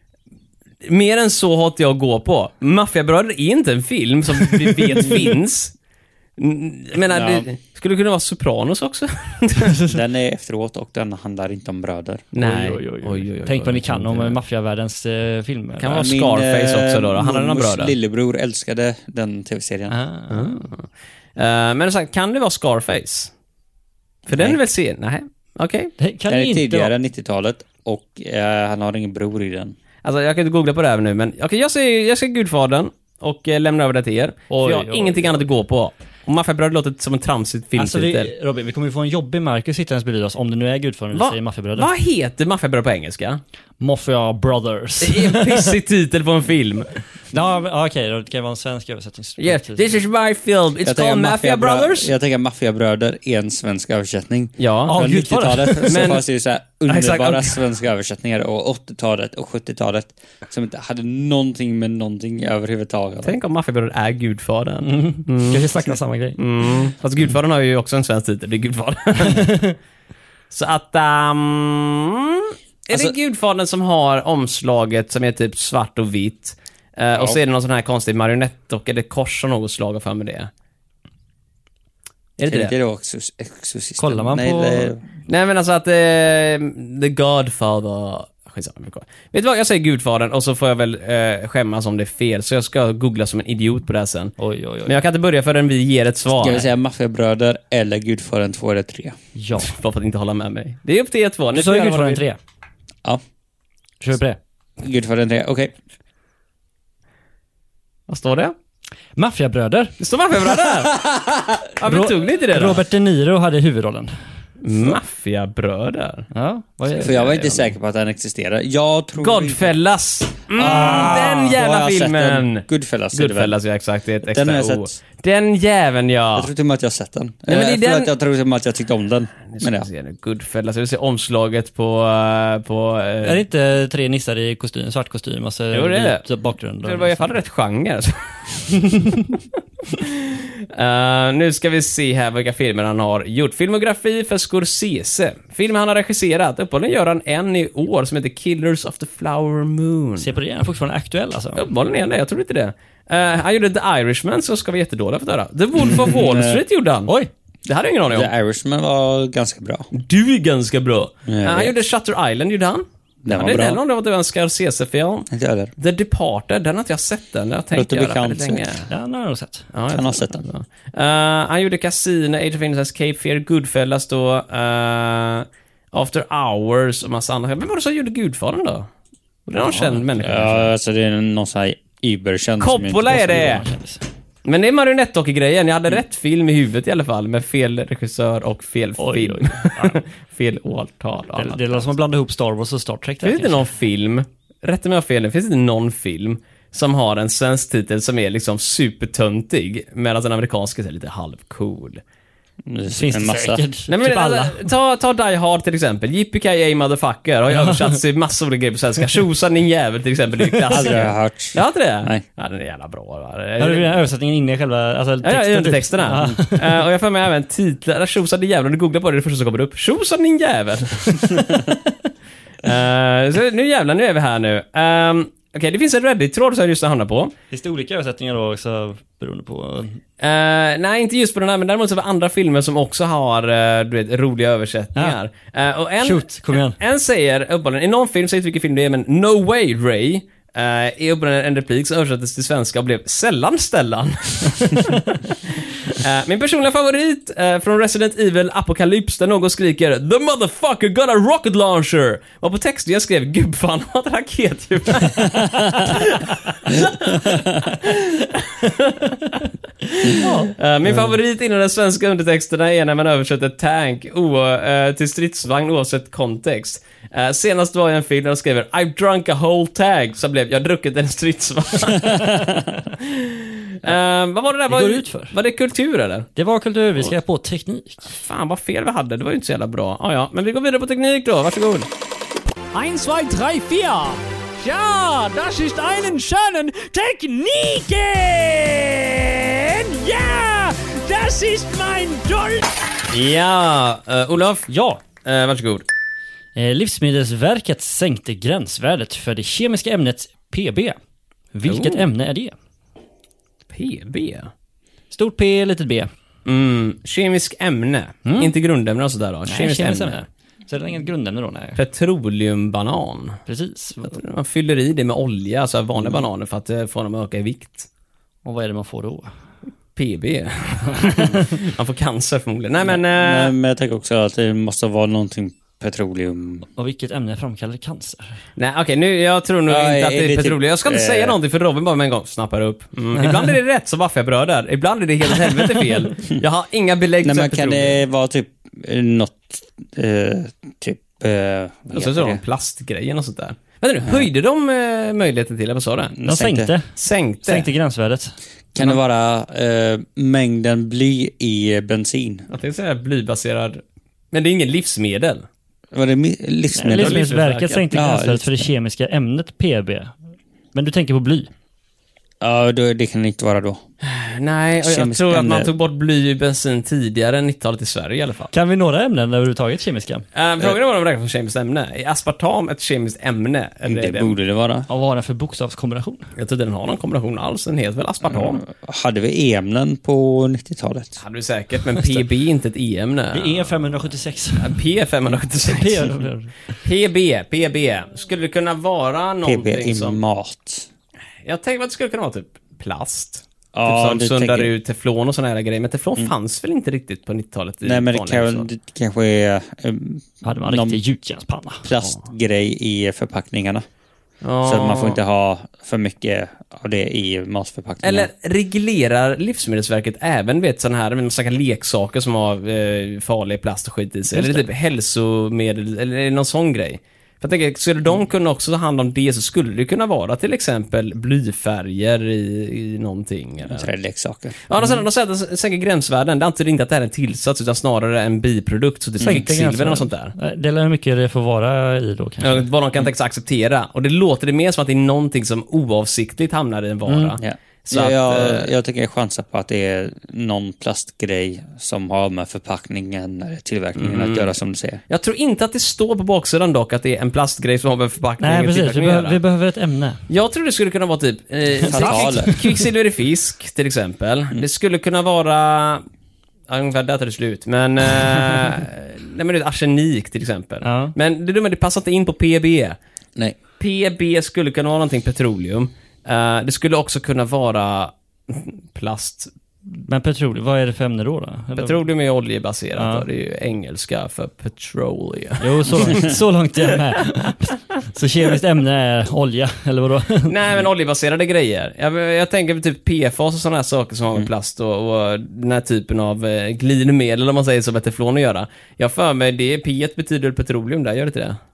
Mer än så har inte jag att gå på. Maffiabröder är inte en film som vi vet finns. Jag menar, ja. Det skulle kunna vara Sopranos också. Den är efteråt och den handlar inte om bröder. Nej. Oj, oj, oj. Oj, oj, oj. Tänk vad ni kan om maffiavärldens eh, filmer. Kan vara Scarface också då. då. Handlar den om bröder? Min lillebror älskade den tv-serien. Ah. Ah. Uh, men så, kan det vara Scarface? För Nej. Den är väl serien? Nej. Okej. Okay. Den är tidigare nittiotalet och uh, han har ingen bror i den. Alltså jag kan inte googla på det här nu, men okej, okay, jag ser jag ser Gudfadern och eh, lämnar över det till er. Oj, för jag har oj, ingenting oj. annat att gå på. Och Maffiabröder låter som en tramsigt filmtitel. Alltså vi, Robin, vi kommer ju få en jobbig Marcus sittande bredvid oss om det nu är Gudfadern eller säger Maffiabröder. Vad heter Maffiabröder på engelska? Mafia Brothers. Det är en pissig titel på en film. Ja, okej, okay, då kan det vara en svensk översättning. Yes, this is my film. It's called Mafia Brothers. Jag tänker Maffiabröder är en svensk översättning. Ja. Från nittiotalet så men, fanns det ju så här underbara exakt, okay. svenska översättningar och åttiotalet och sjuttiotalet som inte hade någonting med någonting överhuvudtaget. Tänk om Maffiabröder är Gudfadern. Mm. Mm. Kanske snackar samma grej. Mm. Fast Gudfadern har ju också en svensk titel. Det är Gudfadern. Så att... Um, är alltså, det Gudfadern som har omslaget som är typ svart och vitt? Uh, ja. Och så är det någon sån här konstig marionett och är det kors och något slag för med det? Är det inte det? det? Exorcisten? Exorcisten. Kollar man Nej, på... Det... Nej men alltså att uh, The Godfather... Vet du vad, jag säger Gudfadern och så får jag väl uh, skämmas om det är fel. Så jag ska googla som en idiot på det här sen. Oj, oj, oj. Men jag kan inte börja förrän vi ger ett svar. Ska vi säga Maffiabröder eller Gudfadern två eller tre? Ja. Bara för att inte hålla med mig. Det är upp till er två. Nu sa jag Gudfadern tre. Ja. Kör vi på det? Gudfadern tre, okej. Okay. Vad står det? Maffiabröder. Det står Maffiabröder. Ja, vi tog lite det då. Robert De Niro hade huvudrollen. Maffiabröder. Ja, vad är det? För jag var inte säker på att den existerar. Jag tror Godfellas. Mm, ah, den jävla filmen. Goodfellas. Goodfellas, ja exakt. Det är ett extra den har jag o. sett. Den jäveln, ja. Jag tror till och med att jag har sett den. Nej, men det är den... Jag tror till och med att jag tyckte om den. Men ja. Goodfellas. Jag vill se omslaget på... på uh... Är det inte tre nissar i kostym, svart kostym? Alltså, jo, det är det. Bakgrund. Det var i alla fall rätt genre. uh, nu ska vi se här vilka filmer han har gjort. Filmografi för Scorsese. Filmen han har regisserat. Uppehållningen gör han en i år som heter Killers of the Flower Moon. Se på det, han är fortfarande aktuell alltså. Uppehållningen är det, jag tror inte det. Uh, han gjorde The Irishman, så ska vi jättedåliga för det här. The Wolf of Wall Street gjorde han. Oj, det hade jag ingen aning om. The Irishman var ganska bra. Du är ganska bra. Uh, han vet. gjorde Shutter Island, gjorde han. Den var det bra. Det är någon en Scorsese-film. Inte heller. The Departed, den har inte jag sett den. Jag tänkte göra väldigt länge. Ja, den har jag sett. Ja, jag har sett den. Uh, han gjorde Casino, Age of Innocence, Cape Fear, Goodfellas då. Uh, After Hours och massa andra. Vem var det som gjorde Gudfadern då? Det är någon ja, känd människa. Ja, alltså det är någon sån här überkänd. Coppola är det! Men det är marionettdockor-grejen. Jag hade mm. rätt film i huvudet i alla fall. Med fel regissör och fel oj, film. Oj. Ja. Fel årtal. Det, det är som att blanda ihop Star Wars och Star Trek. Finns det inte någon film, rätt mig av fel, finns det inte någon film som har en svensk titel som är liksom supertöntig medan den amerikanska är lite halvcool? Det finns en massa. säkert. Nej, men, typ alla. ta, ta Die Hard till exempel. Yippee-ki-yay motherfucker har ju översatts till massa olika grejer på svenska. Tjosan din jävel till exempel. Det är ju klassiker. Aldrig har jag hört. Jag har inte det? Nej. Ja, den är jävla bra. Va? Har du den översättningen inne i själva alltså, texten? Ja, ja, undertexterna. uh, och jag får med även titlar. Tjosan din jävel. Om du googlar på det, det första som kommer upp. Tjosan din jävel. uh, så nu jävlar, nu är vi här nu. Um, Okej, okay, det finns en Reddit-tråd som jag just nu hamnar på. Finns det olika översättningar då också beroende på? Uh, nej, inte just på den här, men däremot så var andra filmer som också har uh, du vet, roliga översättningar. Ja. Uh, och en, Shoot, kom igen. En, en säger, uppenbarligen, i någon film, säger inte vilken film det är, men No Way Ray, uh, är uppenbarligen en replik som översattes till svenska och blev sällan Stellan. uh, min personliga favorit uh, från Resident Evil Apocalypse, där någon skriker "The motherfucker got a rocket launcher!" och på texten jag skrev "Gubbfan har ett raketgevär." Uh, min favorit inom den svenska undertexterna är när man översätter tank o, uh, till stridsvagn oavsett kontext. Uh, senast var jag en film där de skriver "I've drunk a whole tank", så blev jag druckit en stridsvagn. uh, vad var det där? Det var, går ut för. Var det kultur eller? Det var kultur, vi ska på teknik. Fan vad fel vi hade, det var ju inte så jävla bra. Ah, ja, men vi går vidare på teknik då, varsågod. Eins, zwei, drei, vier. Ja, das ist einen schönen Techniken. Ja, das ist mein Dolch. Ja, uh, Olof. Ja. Uh, varsågod. Eh, Livsmedelsverket sänkte gränsvärdet för det kemiska ämnet P B. Vilket Oh. ämne är det? P B? Stort P, litet B. Mm, kemisk ämne. Mm. Inte grundämne och sådär då. Nej, Kemiskt kemiskt ämne. ämne. Så det är inget grundämne då? Nej. Petroleumbanan. Precis. Man fyller i det med olja, alltså vanliga bananer, för att eh, få dem att öka i vikt. Och vad är det man får då? P B. Man får cancer förmodligen. Nej men... Nej, Eh, men jag tänker också att det måste vara någonting petroleum. Och vilket ämne framkallar cancer? nej okej, okay, nu, jag tror nog Ja, inte att det är, är det petroleum. typ, Jag ska inte eh, säga någonting för Robin bara med en gång snappar upp. Mm. Ibland är det rätt, så varför jag bröder. Ibland är det helt helvete fel. Jag har inga belägg Nej, för men kan petroleum. det vara typ eh, något eh, typ eh, Och vad så heter är det det? plastgrejen och sånt där. Vänta nu, höjde de eh, möjligheten till, eller vad sa det? De sänkte. Sänkte. Sänkte gränsvärdet. Kan det vara eh, mängden bly i bensin? Jag tänkte säga blybaserad. Men det är ingen livsmedel. Var det mi- livsmedel? Livsmedelsverket sänkte Ja, gränsvärdet för det kemiska ämnet P B. Men du tänker på bly? Ja, då, det kan det inte vara då. Nej, och jag Kemiskt tror att man ämne. tog bort bly i bensin tidigare än nittiotalet i Sverige i alla fall. Kan vi några ämnen överhuvudtaget kemiska? Uh, frågan är vad de räknar som kemiskt ämne. Är aspartam ett kemiskt ämne? Eller Det, är det borde det vara. Och vad har den för bokstavskombination? Jag tror inte den har någon kombination alls. Den heter väl aspartam. Hade vi ämnen på nittiotalet? Hade vi säkert, men P B är inte ett E-ämne. Det är femhundrasjuttiosex. P femhundrasjuttiosex. P- P B, P B. Skulle det kunna vara P någonting B i som... mat. Jag tänker att det skulle kunna vara typ plast. Ja, typ som du sundar tänker- ut teflon och såna här grejer. Men teflon Mm. fanns väl inte riktigt på nittiotalet i Nej, men det, vanliga kan, hushåll. det kanske är eh, Hade man någon riktig gjutjärnspanna. plastgrej i förpackningarna. Ja. Så att man får inte ha för mycket av det i matförpackningar. Eller reglerar Livsmedelsverket även vet sådana här med sådana leksaker som har eh, farlig plast och skit i sig? Just Eller det. typ hälsomedel, eller är det någon sån grej? För jag tänker, skulle de kunna också ta hand om det, så skulle det kunna vara till exempel blyfärger i, i någonting. Eller? Trädleksaker. Ja, de säger, de säger att de sänker gränsvärden. Det är inte att det här är en tillsats, utan snarare en biprodukt. Så det är kvicksilver och sånt där. Det är hur mycket det får vara i då kanske. Ja, vad de kan tänka sig acceptera. Och det låter det mer som att det är någonting som oavsiktligt hamnar i en vara. Mm. Ja. Så Så att, jag, eh, jag tycker jag chansar på att det är någon plastgrej som har med förpackningen eller tillverkningen Mm. att göra, som du säger. Jag tror inte att det står på baksidan dock att det är en plastgrej som har med förpackningen Nej, och precis. Vi, tillverkningen att behöver, vi göra. behöver ett ämne. Jag tror det skulle kunna vara typ eh, Fataler. kvick- kvicksilver i fisk till exempel. Mm. Det skulle kunna vara ja, ungefär där tar det slut. Men eh, nej, men det är arsenik till exempel. Ja. Men det dumma, det passar inte in på P B. Nej. P B skulle kunna vara någonting petroleum. Eh, det skulle också kunna vara plast. Men petroleum, vad är det för ämne då? då? Eller- Petroleum är oljebaserat. Ja. Och det är ju engelska för petroleum. Jo, så långt, så långt är jag med. Så kemiskt ämne är olja, eller vadå? Nej, men oljebaserade grejer. Jag, jag tänker på typ P F A S och sådana här saker som har med plast och, och den här typen av eh, glidmedel, om man säger, som med teflon att göra. Jag för mig, det P betyder petroleum där, gör det inte det?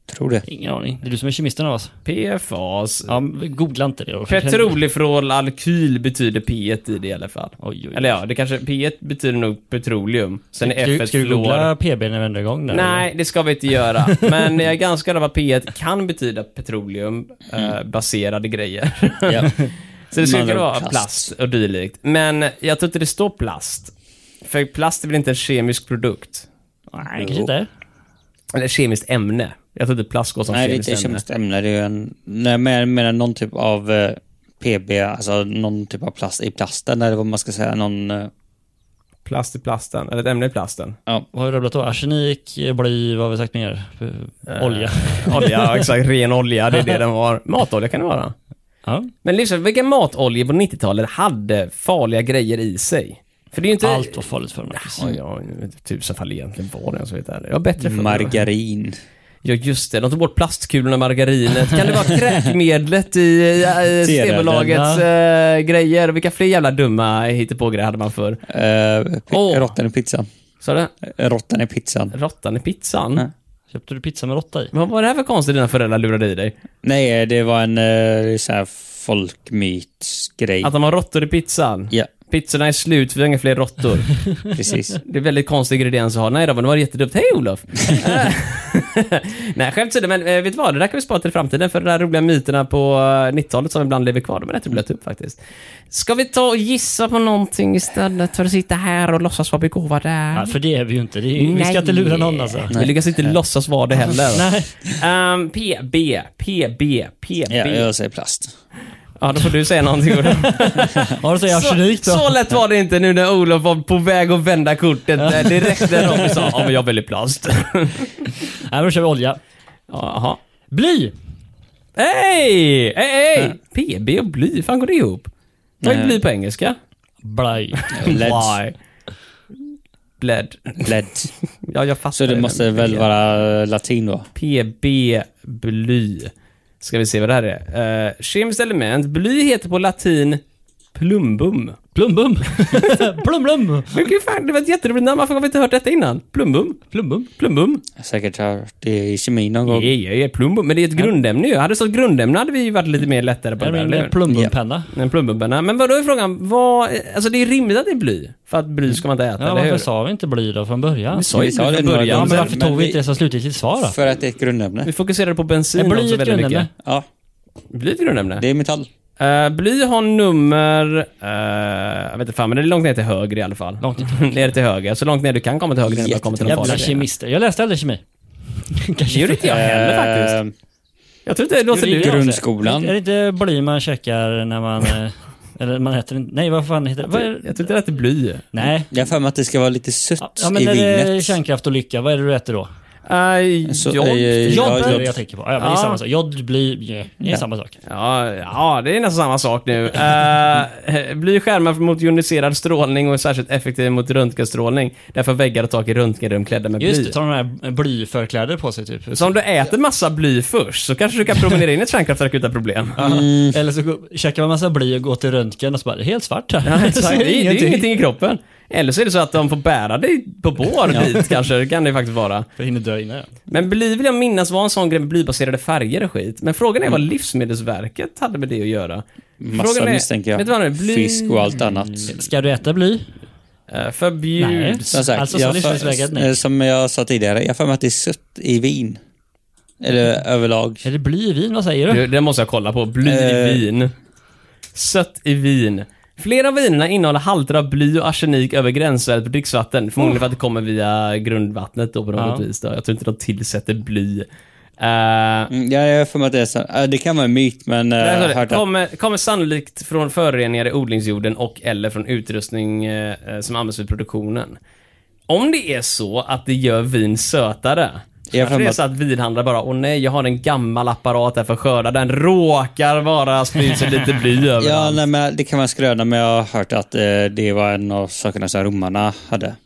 Tror det. Ingen aning. Det är du som är kemisten av oss. P F As. Ja, googla inte det. Petrolifrol-alkyl betyder P ett i det i alla fall. Oj, oj. Eller ja, det kanske P ett betyder nog petroleum. Sen är F ett Ska du fluor. googla P B när vi ändå är igång där? Nej, eller? det ska vi inte göra. Men jag är ganska över att P ett kan betyda petroleum mm. eh, baserade grejer. Ja. Så det skulle kunna vara plast. plast och dylikt. Men jag tror inte det står plast. För plast är väl inte en kemisk produkt? Nej, kanske inte. Eller kemiskt ämne. Jag tror inte plast går som Nej, det är kemiskt inte ämne. kemiskt ämne. Det är ju en... Nej, men, men någon typ av eh, P B, alltså någon typ av plast i plasten, eller vad man ska säga. Någon... Eh... Plast i plasten, eller ett ämne i plasten. Ja. Vad har du rabblat då? Arsenik, bly, vad har vi sagt mer? Uh, olja. olja, ja, exakt. Ren olja, det är det den var. Matolja kan det vara. Ja. Men liksom, vilka matolja på nittiotalet hade farliga grejer i sig? För det är ju inte... Allt var farligt för mig. Ja, ja, tusen fall egentligen var det, så vet jag. Jag var bättre för Margarin. Ja, just det. De tog bort plastkulorna, margarinet. Kan det vara kräkmedlet i äh, Systembolagets äh, grejer? Vilka fler jävla dumma hittepågrejer hade man för? Uh, oh. Råttan i pizzan. Så det? Råttan i pizzan. Råttan i pizzan? Ja. Köpte du pizza med råtta i? Vad var det här för konstigt dina föräldrar lurade i dig? Nej, det var en uh, så här folkmytsgrej. Att de har råttor i pizzan? Ja. Pizzorna är slut, vi har inga fler råttor. Precis. Det är väldigt konstig ingrediens att ha. Nej då, men det var jättedumt. Hej Olof! Nej, skämt åsido, men vet du vad? Det där kan vi spara till framtiden, för de där roliga myterna på nittiotalet som ibland lever kvar. De är rätt roliga upp faktiskt. Ska vi ta och gissa på någonting istället för att sitta här och låtsas vara begåvade? Ja, för det är vi ju inte. Det är ju, vi ska inte lura någon alltså. Vi lyckas inte låtsas vara det heller. Nej. Um, P B, P B, P B. Ja, jag säger plast. Ja, då får du säga någonting. Ja, då säger jag arsenik då. Så lätt var det inte nu när Olof var på väg att vända kortet. Direkt när Robin sa, ja men jag väljer plast. Nej, men då kör vi olja. Jaha. Bly! Hej! Hej, hej! P B och bly, fan går det ihop? Vad är bly på engelska? Bly. Bly. Bled. Bled. Ja, jag fattar. Så det måste väl vara latin då? P B, bly. Ska vi se vad det här är. Uh, kemiskt element. Bly heter på latin plumbum. Plumbum. Plumbum. Men gud fan, det var ett jätteroligt namn. Varför har vi inte hört detta innan? Plumbum. Plumbum. Plumbum. Säkert har det i kemin någon gång. Ja, ja, ja, plumbum. Men det är ett grundämne ju. Hade det stått grundämne hade vi ju varit lite mer lättare på det där. En plumbumpenna. Ja. En plumbumpenna. Men vad då är frågan? Vad, alltså det är rimligt att det är bly. För att bly ska man inte äta, ja, eller hur? varför sa vi inte bly då från början? Vi sa ju sa det från det början. Ja, men varför men tog vi vi- inte det som slutgiltigt svar då? För att det är ett grundämne. Vi fokuserade på bensin Är bly också ett väldigt grundämne? mycket. Ja, Bly är ett grundämne. det är metall. Uh, bly har nummer... Uh, jag vet inte fan, men det är långt ner till höger i alla fall. Långt ner till höger. Så långt ner du kan komma till höger innan du kommer till de Jävla farliga grejerna. kemister. Jag läste aldrig kemi. Det gjorde inte jag heller faktiskt. Jag tror inte det låter Jo, det du. gör Grundskolan. Är det inte bly man käkar när man... eh, eller man äter inte... Nej, vad fan heter det? Vad är, Jag tror inte att det är bly. nej. Jag har för mig att det ska vara lite sött Ja, men i när det är vinet. kärnkraft och lycka, vad är det du äter då? Uh, Så, jod. eh, Jod ja, är det jod. jag tänker på. Ja, men det är Ja. samma sak. Jod, bly, yeah, det är Ja. samma sak. Ja, ja, det är nästan samma sak nu. Uh, bly skärmar mot joniserad strålning och är särskilt effektiv mot röntgenstrålning. Därför väggar och tak i röntgenrum klädda med Just bly. det, tar de här blyförkläder på sig typ. Så om du äter massa bly först så kanske du kan promenera in i ett kärnkraftverk utan problem. Mm. Eller så gå- käkar man massa bly och går till röntgen och så bara, det är helt svart här. Ja, exakt. Det, är, det är ingenting i kroppen. Eller så är det så att de får bära dig på bår dit kanske. Det kan det faktiskt vara. För hinner dö innan. Ja. Men bly vill jag minnas var en sån grej med blybaserade färger och skit. Men frågan är vad Livsmedelsverket hade med det att göra. Massa Frågan är- misstänker jag. vet du vad det är? Bly- Fisk och allt annat. Ska du äta bly? Uh, förbjud... Nej. Som sagt, Alltså, så jag livsmedelsvägen, för, nej. eh, som jag sa tidigare, jag har för mig att det är sött i vin. Eller överlag. Är det bly i vin? Vad säger du? Det, det måste jag kolla på. Bly i Eh. vin. Sött i vin. Flera av vinerna innehåller halter av bly och arsenik över gränsvärdet på dricksvatten. Förmodligen för att det kommer via grundvattnet då på något Ja. vis. Då. Jag tror inte de tillsätter bly. Uh, Mm, ja, jag har för mig att det är så. äh, Det kan vara en myt, men uh, jag har hört att... kommer, kommer sannolikt från föroreningar i odlingsjorden och eller från utrustning eh, som används vid produktionen. Om det är så att det gör vin sötare, Jag kanske det är så att vinhandlare bara, åh nej, jag har en gammal apparat där för att skörda, den råkar vara spyr sig lite bly överallt. Ja, nej, men det kan man skröna, men jag har hört att eh, det var en av sakerna som romarna hade.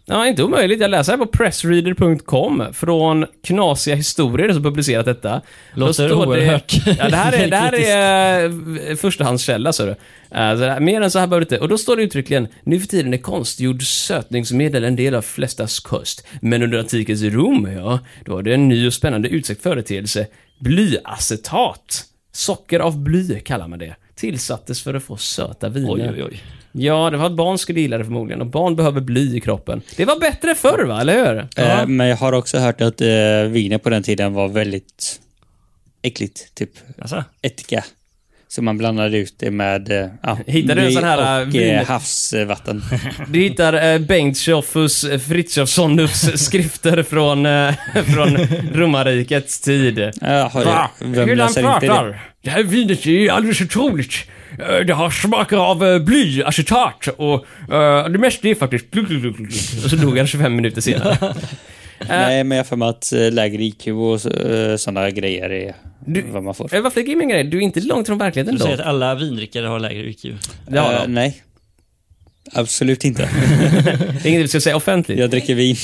Ja, inte omöjligt. Jag läser här på pressreader punkt com från Knasiga historier som publicerat detta. Låter oerhört. Det, ja, det här är, det här är uh, förstahandskälla, så du. Uh, så här, mer än så här behöver det inte. Och då står det uttryckligen: nu för tiden är konstgjord sötningsmedel en del av flestas kost. Men under antikens Rom, ja, då var det en ny och spännande utsökt företeelse. Blyacetat. Socker av bly kallar man det. Tillsattes för att få söta viner. Oj, oj, oj. Ja, det var att barn skulle gilla det förmodligen. Och barn behöver bly i kroppen. Det var bättre förr, va? Eller hur? Ja. Eh, men jag har också hört att eh, viner på den tiden var väldigt äckligt. Typ alltså? ättika. Så man blandade ut det med eh, ja, hittade du en sån här och vin... eh, havsvatten. Du hittar eh, Bengt Schoffus Frithiofssonus skrifter från, eh, från romarrikets tid. Ja, har Va? vem Hur han läser inte pratar? det? Det här vinet är alldeles otroligt. Eh, Det har smaker av eh, blyacetat. Och eh, det mesta är faktiskt... Och så dog han tjugofem minuter senare. Nej, men jag får med att eh, lägre I Q och uh, sådana grejer är Du, vad man får. Jag var flyga in med en grej. Du är inte långt från verkligheten Du då. säger att alla vindrickare har lägre I Q. Det har Eh, de. nej. Absolut inte. Det är inget vi ska säga offentligt. Jag dricker vin.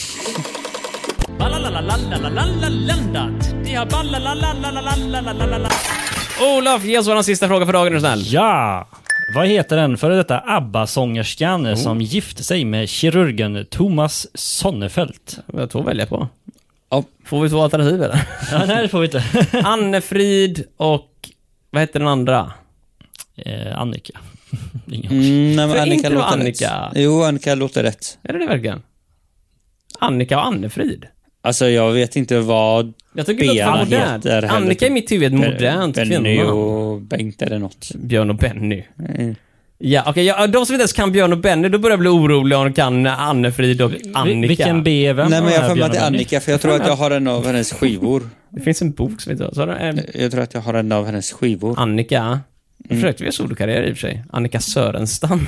Olof, ge oss vår sista fråga för dagen, är du snäll. Ja! Vad heter den för detta ABBA-sångerskan Oh. som gifte sig med kirurgen Thomas Sonnefelt? Vi har två att välja på. Ja. Får vi två alternativ eller? Ja, nej, det får vi inte. Annefrid och... Vad heter den andra? Eh, Annika. Ingen Mm, nej, men För Annika inte då låter Annika. rätt. Jo, Annika låter rätt. Är det det verkligen? Annika och Annefrid? Alltså, jag vet inte vad Jag tycker det låter Bea modernt. heter heller. Annika är mitt huvud ett modernt Benny kvinnonamn. och Bengt eller något. Björn och Benny. Mm. Ja, okej. Okay, ja, de som inte ens kan Björn och Benny, då börjar jag bli orolig om de kan Annefrid och Annika. Vilken B är vem? Nej, men jag får med Björn att det är och Benny? Annika, för jag tror att jag har en av hennes skivor. Det finns en bok som heter... Så har du en... Jag tror att jag har en av hennes skivor. Annika. Jag försökte vi solokarriär i och för sig. Annika Sörenstam.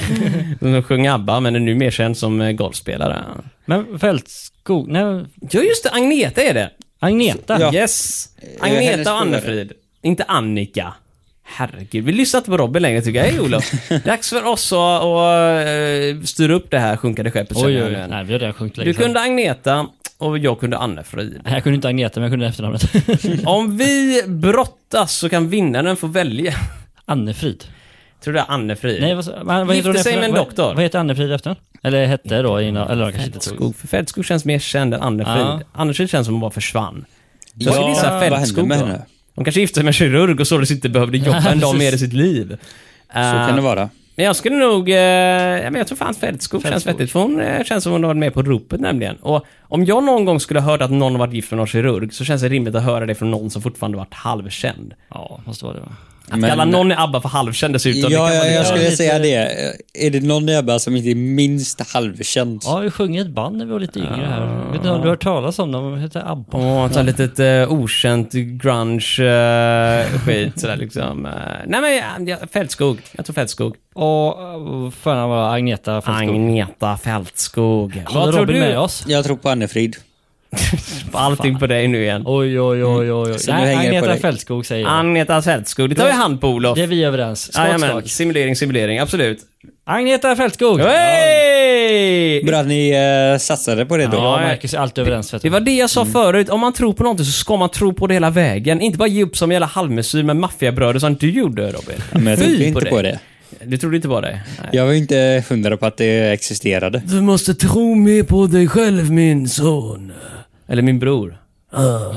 Som sjöng ABBA, men är nu mer känd som eh, golfspelare. Men Fältskog... Nej, Ja, just det. Agneta är det. Agneta. Ja. Yes. hennes Agneta och polare. Annefrid. Inte Annika. Herregud, vi lyssnar inte på Robin längre tycker jag. Hej Olof. Dags för oss att, att uh, styra upp det här sjunkande skeppet. Oj, känner oj, jag. nej, vi har redan sjunkit länge Du sedan. kunde Agneta och jag kunde Annefrid. Nej, jag kunde inte Agneta, men jag kunde efternamnet. Om vi brottas så kan vinnaren få välja. Annefrid. Tror du det är Annefrid? Nej, vad, vad, vad Gifte heter hon sig efter- med en vad- doktor. Vad heter Annefrid efter? Eller hette då innan, eller kanske inte tog. Fältskog. För Fältskog känns mer känd än Annefrid. Ja. Annefrid känns som hon bara försvann. Så jag Ja, skulle gissa vad hände Fältskog med då. henne? De kanske gifte sig med en kirurg och således inte behövde jobba Ja, en dag precis. mer i sitt liv. Så kan det vara. Men jag skulle nog... Eh, ja, men jag tror fan Fältskog känns Fältskog. vettigt. För hon eh, känns som hon har varit med på ropet nämligen. Och om jag någon gång skulle ha hört att någon har varit gift med någon kirurg så känns det rimligt att höra det från någon som fortfarande varit halvkänd. Ja, måste vara det va? Att Men- kalla någon i ABBA för halvkänd dessutom. det kan Ja, vara ja, lite- jag skulle lite- säga det. Är det någon jävla som inte är minst halvkänd? Ja, vi sjöng i ett band när vi var lite yngre här. Vet du om du har hört talas om dem? De heter ABBA. Åh, ta lite ett uh, okänt grunge-skit sådär liksom. Uh, nej men, ja, ja, Fältskog. Jag tror Fältskog. Och uh, förnamn var Agneta Fältskog. Agneta Fältskog. Har Vad tror Robin du? med oss? Jag tror på Annefrid. Allting på dig nu igen. Oj, oj, oj, oj. oj. Så nu Nej, hänger det på Agneta dig. Fältskog säger jag. Agneta Fältskog. Det tar vi hand på, Olof. Det är vi överens. Jajamän, Skak, skak. simulering, simulering, absolut. Agneta Fältskog! Hej! Bra att ni uh, satsade på det då. Ja, Ja, Marcus är alltid överens. Vet du. Det var det jag sa förut. Om man tror på någonting så ska man tro på det hela vägen. Inte bara ge upp som jävla halvmesyr med maffiabröder som du gjorde, Robin. Men jag Fy trodde inte dig. på det. Du trodde inte på det? Nej. Jag var inte hundra på att det existerade. Du måste tro mer på dig själv, min son. Eller min bror. Ah,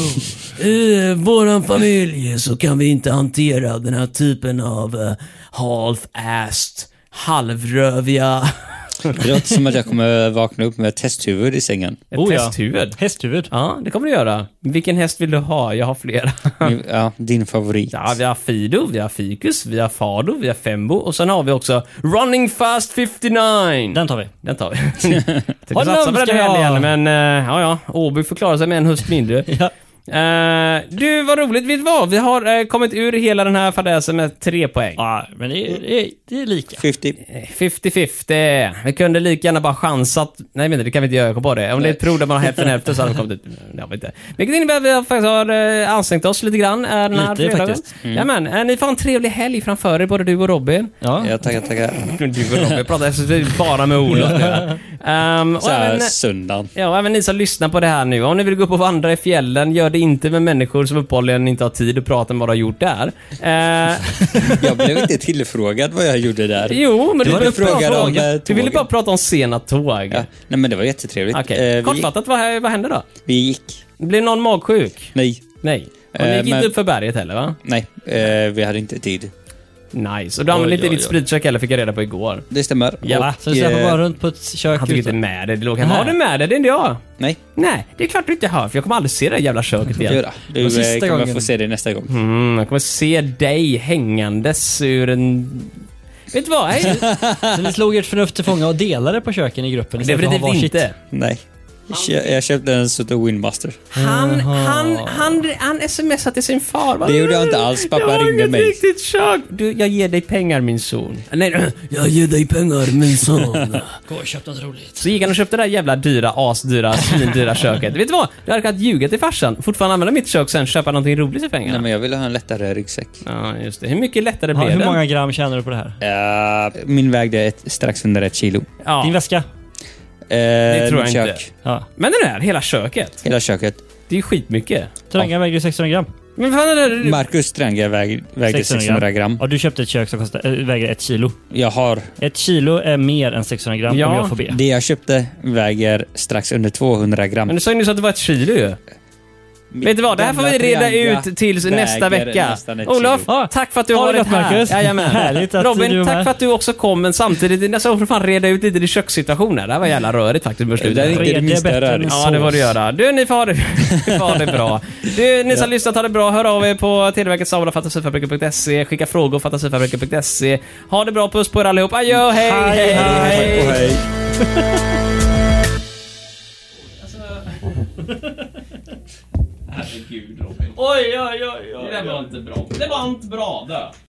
I våran familj så kan vi inte hantera den här typen av uh, half-assed, halvröviga... Det låter som att jag kommer vakna upp med ett testhuvud i sängen. Ett Oh, ja. hästhuvud. Hästhuvud. Ja, det kommer du göra. Vilken häst vill du ha? Jag har flera. Ja, din favorit. Ja, vi har Fido, vi har Ficus, vi har Fado, vi har Fembo och sen har vi också Running Fast femtionio. Den tar vi. Den tar vi. Jag tänkte Honom satsa på ska den jag här ha. igen, men uh, ja, ja. Åby förklarar sig med en höst mindre. Ja. Uh, du, vad roligt. Vet du vad? Vi har uh, kommit ur hela den här fadäsen med tre poäng. Ja, men det är, det är, det är lika. femtio. femtio femtio. Vi kunde lika gärna bara chansat. Nej, men det kan vi inte göra. Jag kom på det. Om det är ett prov där man har hälften hälften så hade vi kommit ut. Jag vet inte. Vilket innebär att vi faktiskt har uh, ansträngt oss lite grann. Är den här Lite, fredagen. faktiskt. Mm. Jamen, uh, ni får en trevlig helg framför er, både du och Robin. Ja. Ja, tackar, tackar. Du och Robin. Jag pratar efter bara med Olof nu. Um, Så här söndagen. Ja, även ni som lyssnar på det här nu. Om ni vill gå upp och vandra i fjällen, gör det inte med människor som uppehållligen inte har tid att prata om vad de har gjort där. Uh, jag blev inte tillfrågad vad jag gjorde där. Jo, men du, du, frågade om, om du ville bara prata om sena tåg. Ja. Nej, men det var jättetrevligt. Okay. Uh, Kortfattat, vad, vad hände då? Vi gick. Blev någon magsjuk? Nej. Nej. Och ni gick uh, inte men... upp för berget heller, va? Nej, uh, vi hade inte tid. Nice. Och du använde inte ditt spritköp heller, fick jag reda på igår. Det stämmer. Ja, så du släpper bara runt på ett kök. Han fick inte med det. Det låg hemma. Har du med det? Det är inte jag. Nej. Nej, det är klart du inte har. För jag kommer aldrig se det jävla köket igen. Du eh, kommer gången. få se det nästa gång. Mm, jag kommer se dig hängandes ur en... Vet du vad? Hej. Så ni slog ert förnuft till fånga och delade på köken i gruppen? Det blev det inte. Nej. Jag köpte en sån Windmaster. Han, han, han, han smsade till sin far. Det gjorde jag inte alls. Pappa jag ringde mig. Riktigt kök. Du, jag ger dig pengar, min son. Nej, jag ger dig pengar, min son. Gå och köp något roligt. Så gick han och köpte det där jävla dyra, asdyra, svindyra köket. Vet du vad? Du hade kunnat ljuga till farsan. Fortfarande använda mitt kök sen köpa någonting roligt för pengarna. Nej, men jag ville ha en lättare ryggsäck. Ja, just det. Hur mycket lättare ja, blev hur det? Hur många gram tjänar du på det här? Uh, min vägde ett, strax under ett kilo. Ja. Din väska? Eh, det tror jag kök. inte. Ja. Men det där, hela köket. Hela köket. Det är ju skitmycket. Tranga ja. väger sexhundra gram. Men vad är det? Marcus Tranga väg, vägde sexhundra gram. Och du köpte ett kök som kostar, äh, väger ett kilo. Jag har... Ett kilo är mer än sexhundra gram ja. om jag får be. Det jag köpte väger strax under tvåhundra gram. Men du sa ju nyss att det var ett kilo ju. Vet du vad, det här får vi reda ut tills nästa vecka. Olof, ah, tack för att du har varit här. Marcus. Härligt att Robin, du tack för att du också kom, men samtidigt nästa får fan reda ut lite i kökssituationer. Det här var jävla rörigt faktiskt. Det, det är inte det minsta rörigt. Ja, det var det göra. Du, ni får ha det, får ha det bra. Du, ni som ja. lyssnat, ha det bra. Hör av er på Televerket snabel-a fantasifabriken punkt se. Skicka frågor fantasifabriken punkt se. Ha det bra, puss på er allihop. Adjö, hej, hej, hej. hej. hej. Herregud, Robin. Oj, oj, oj, oj. Det var inte bra. Det var inte bra, då.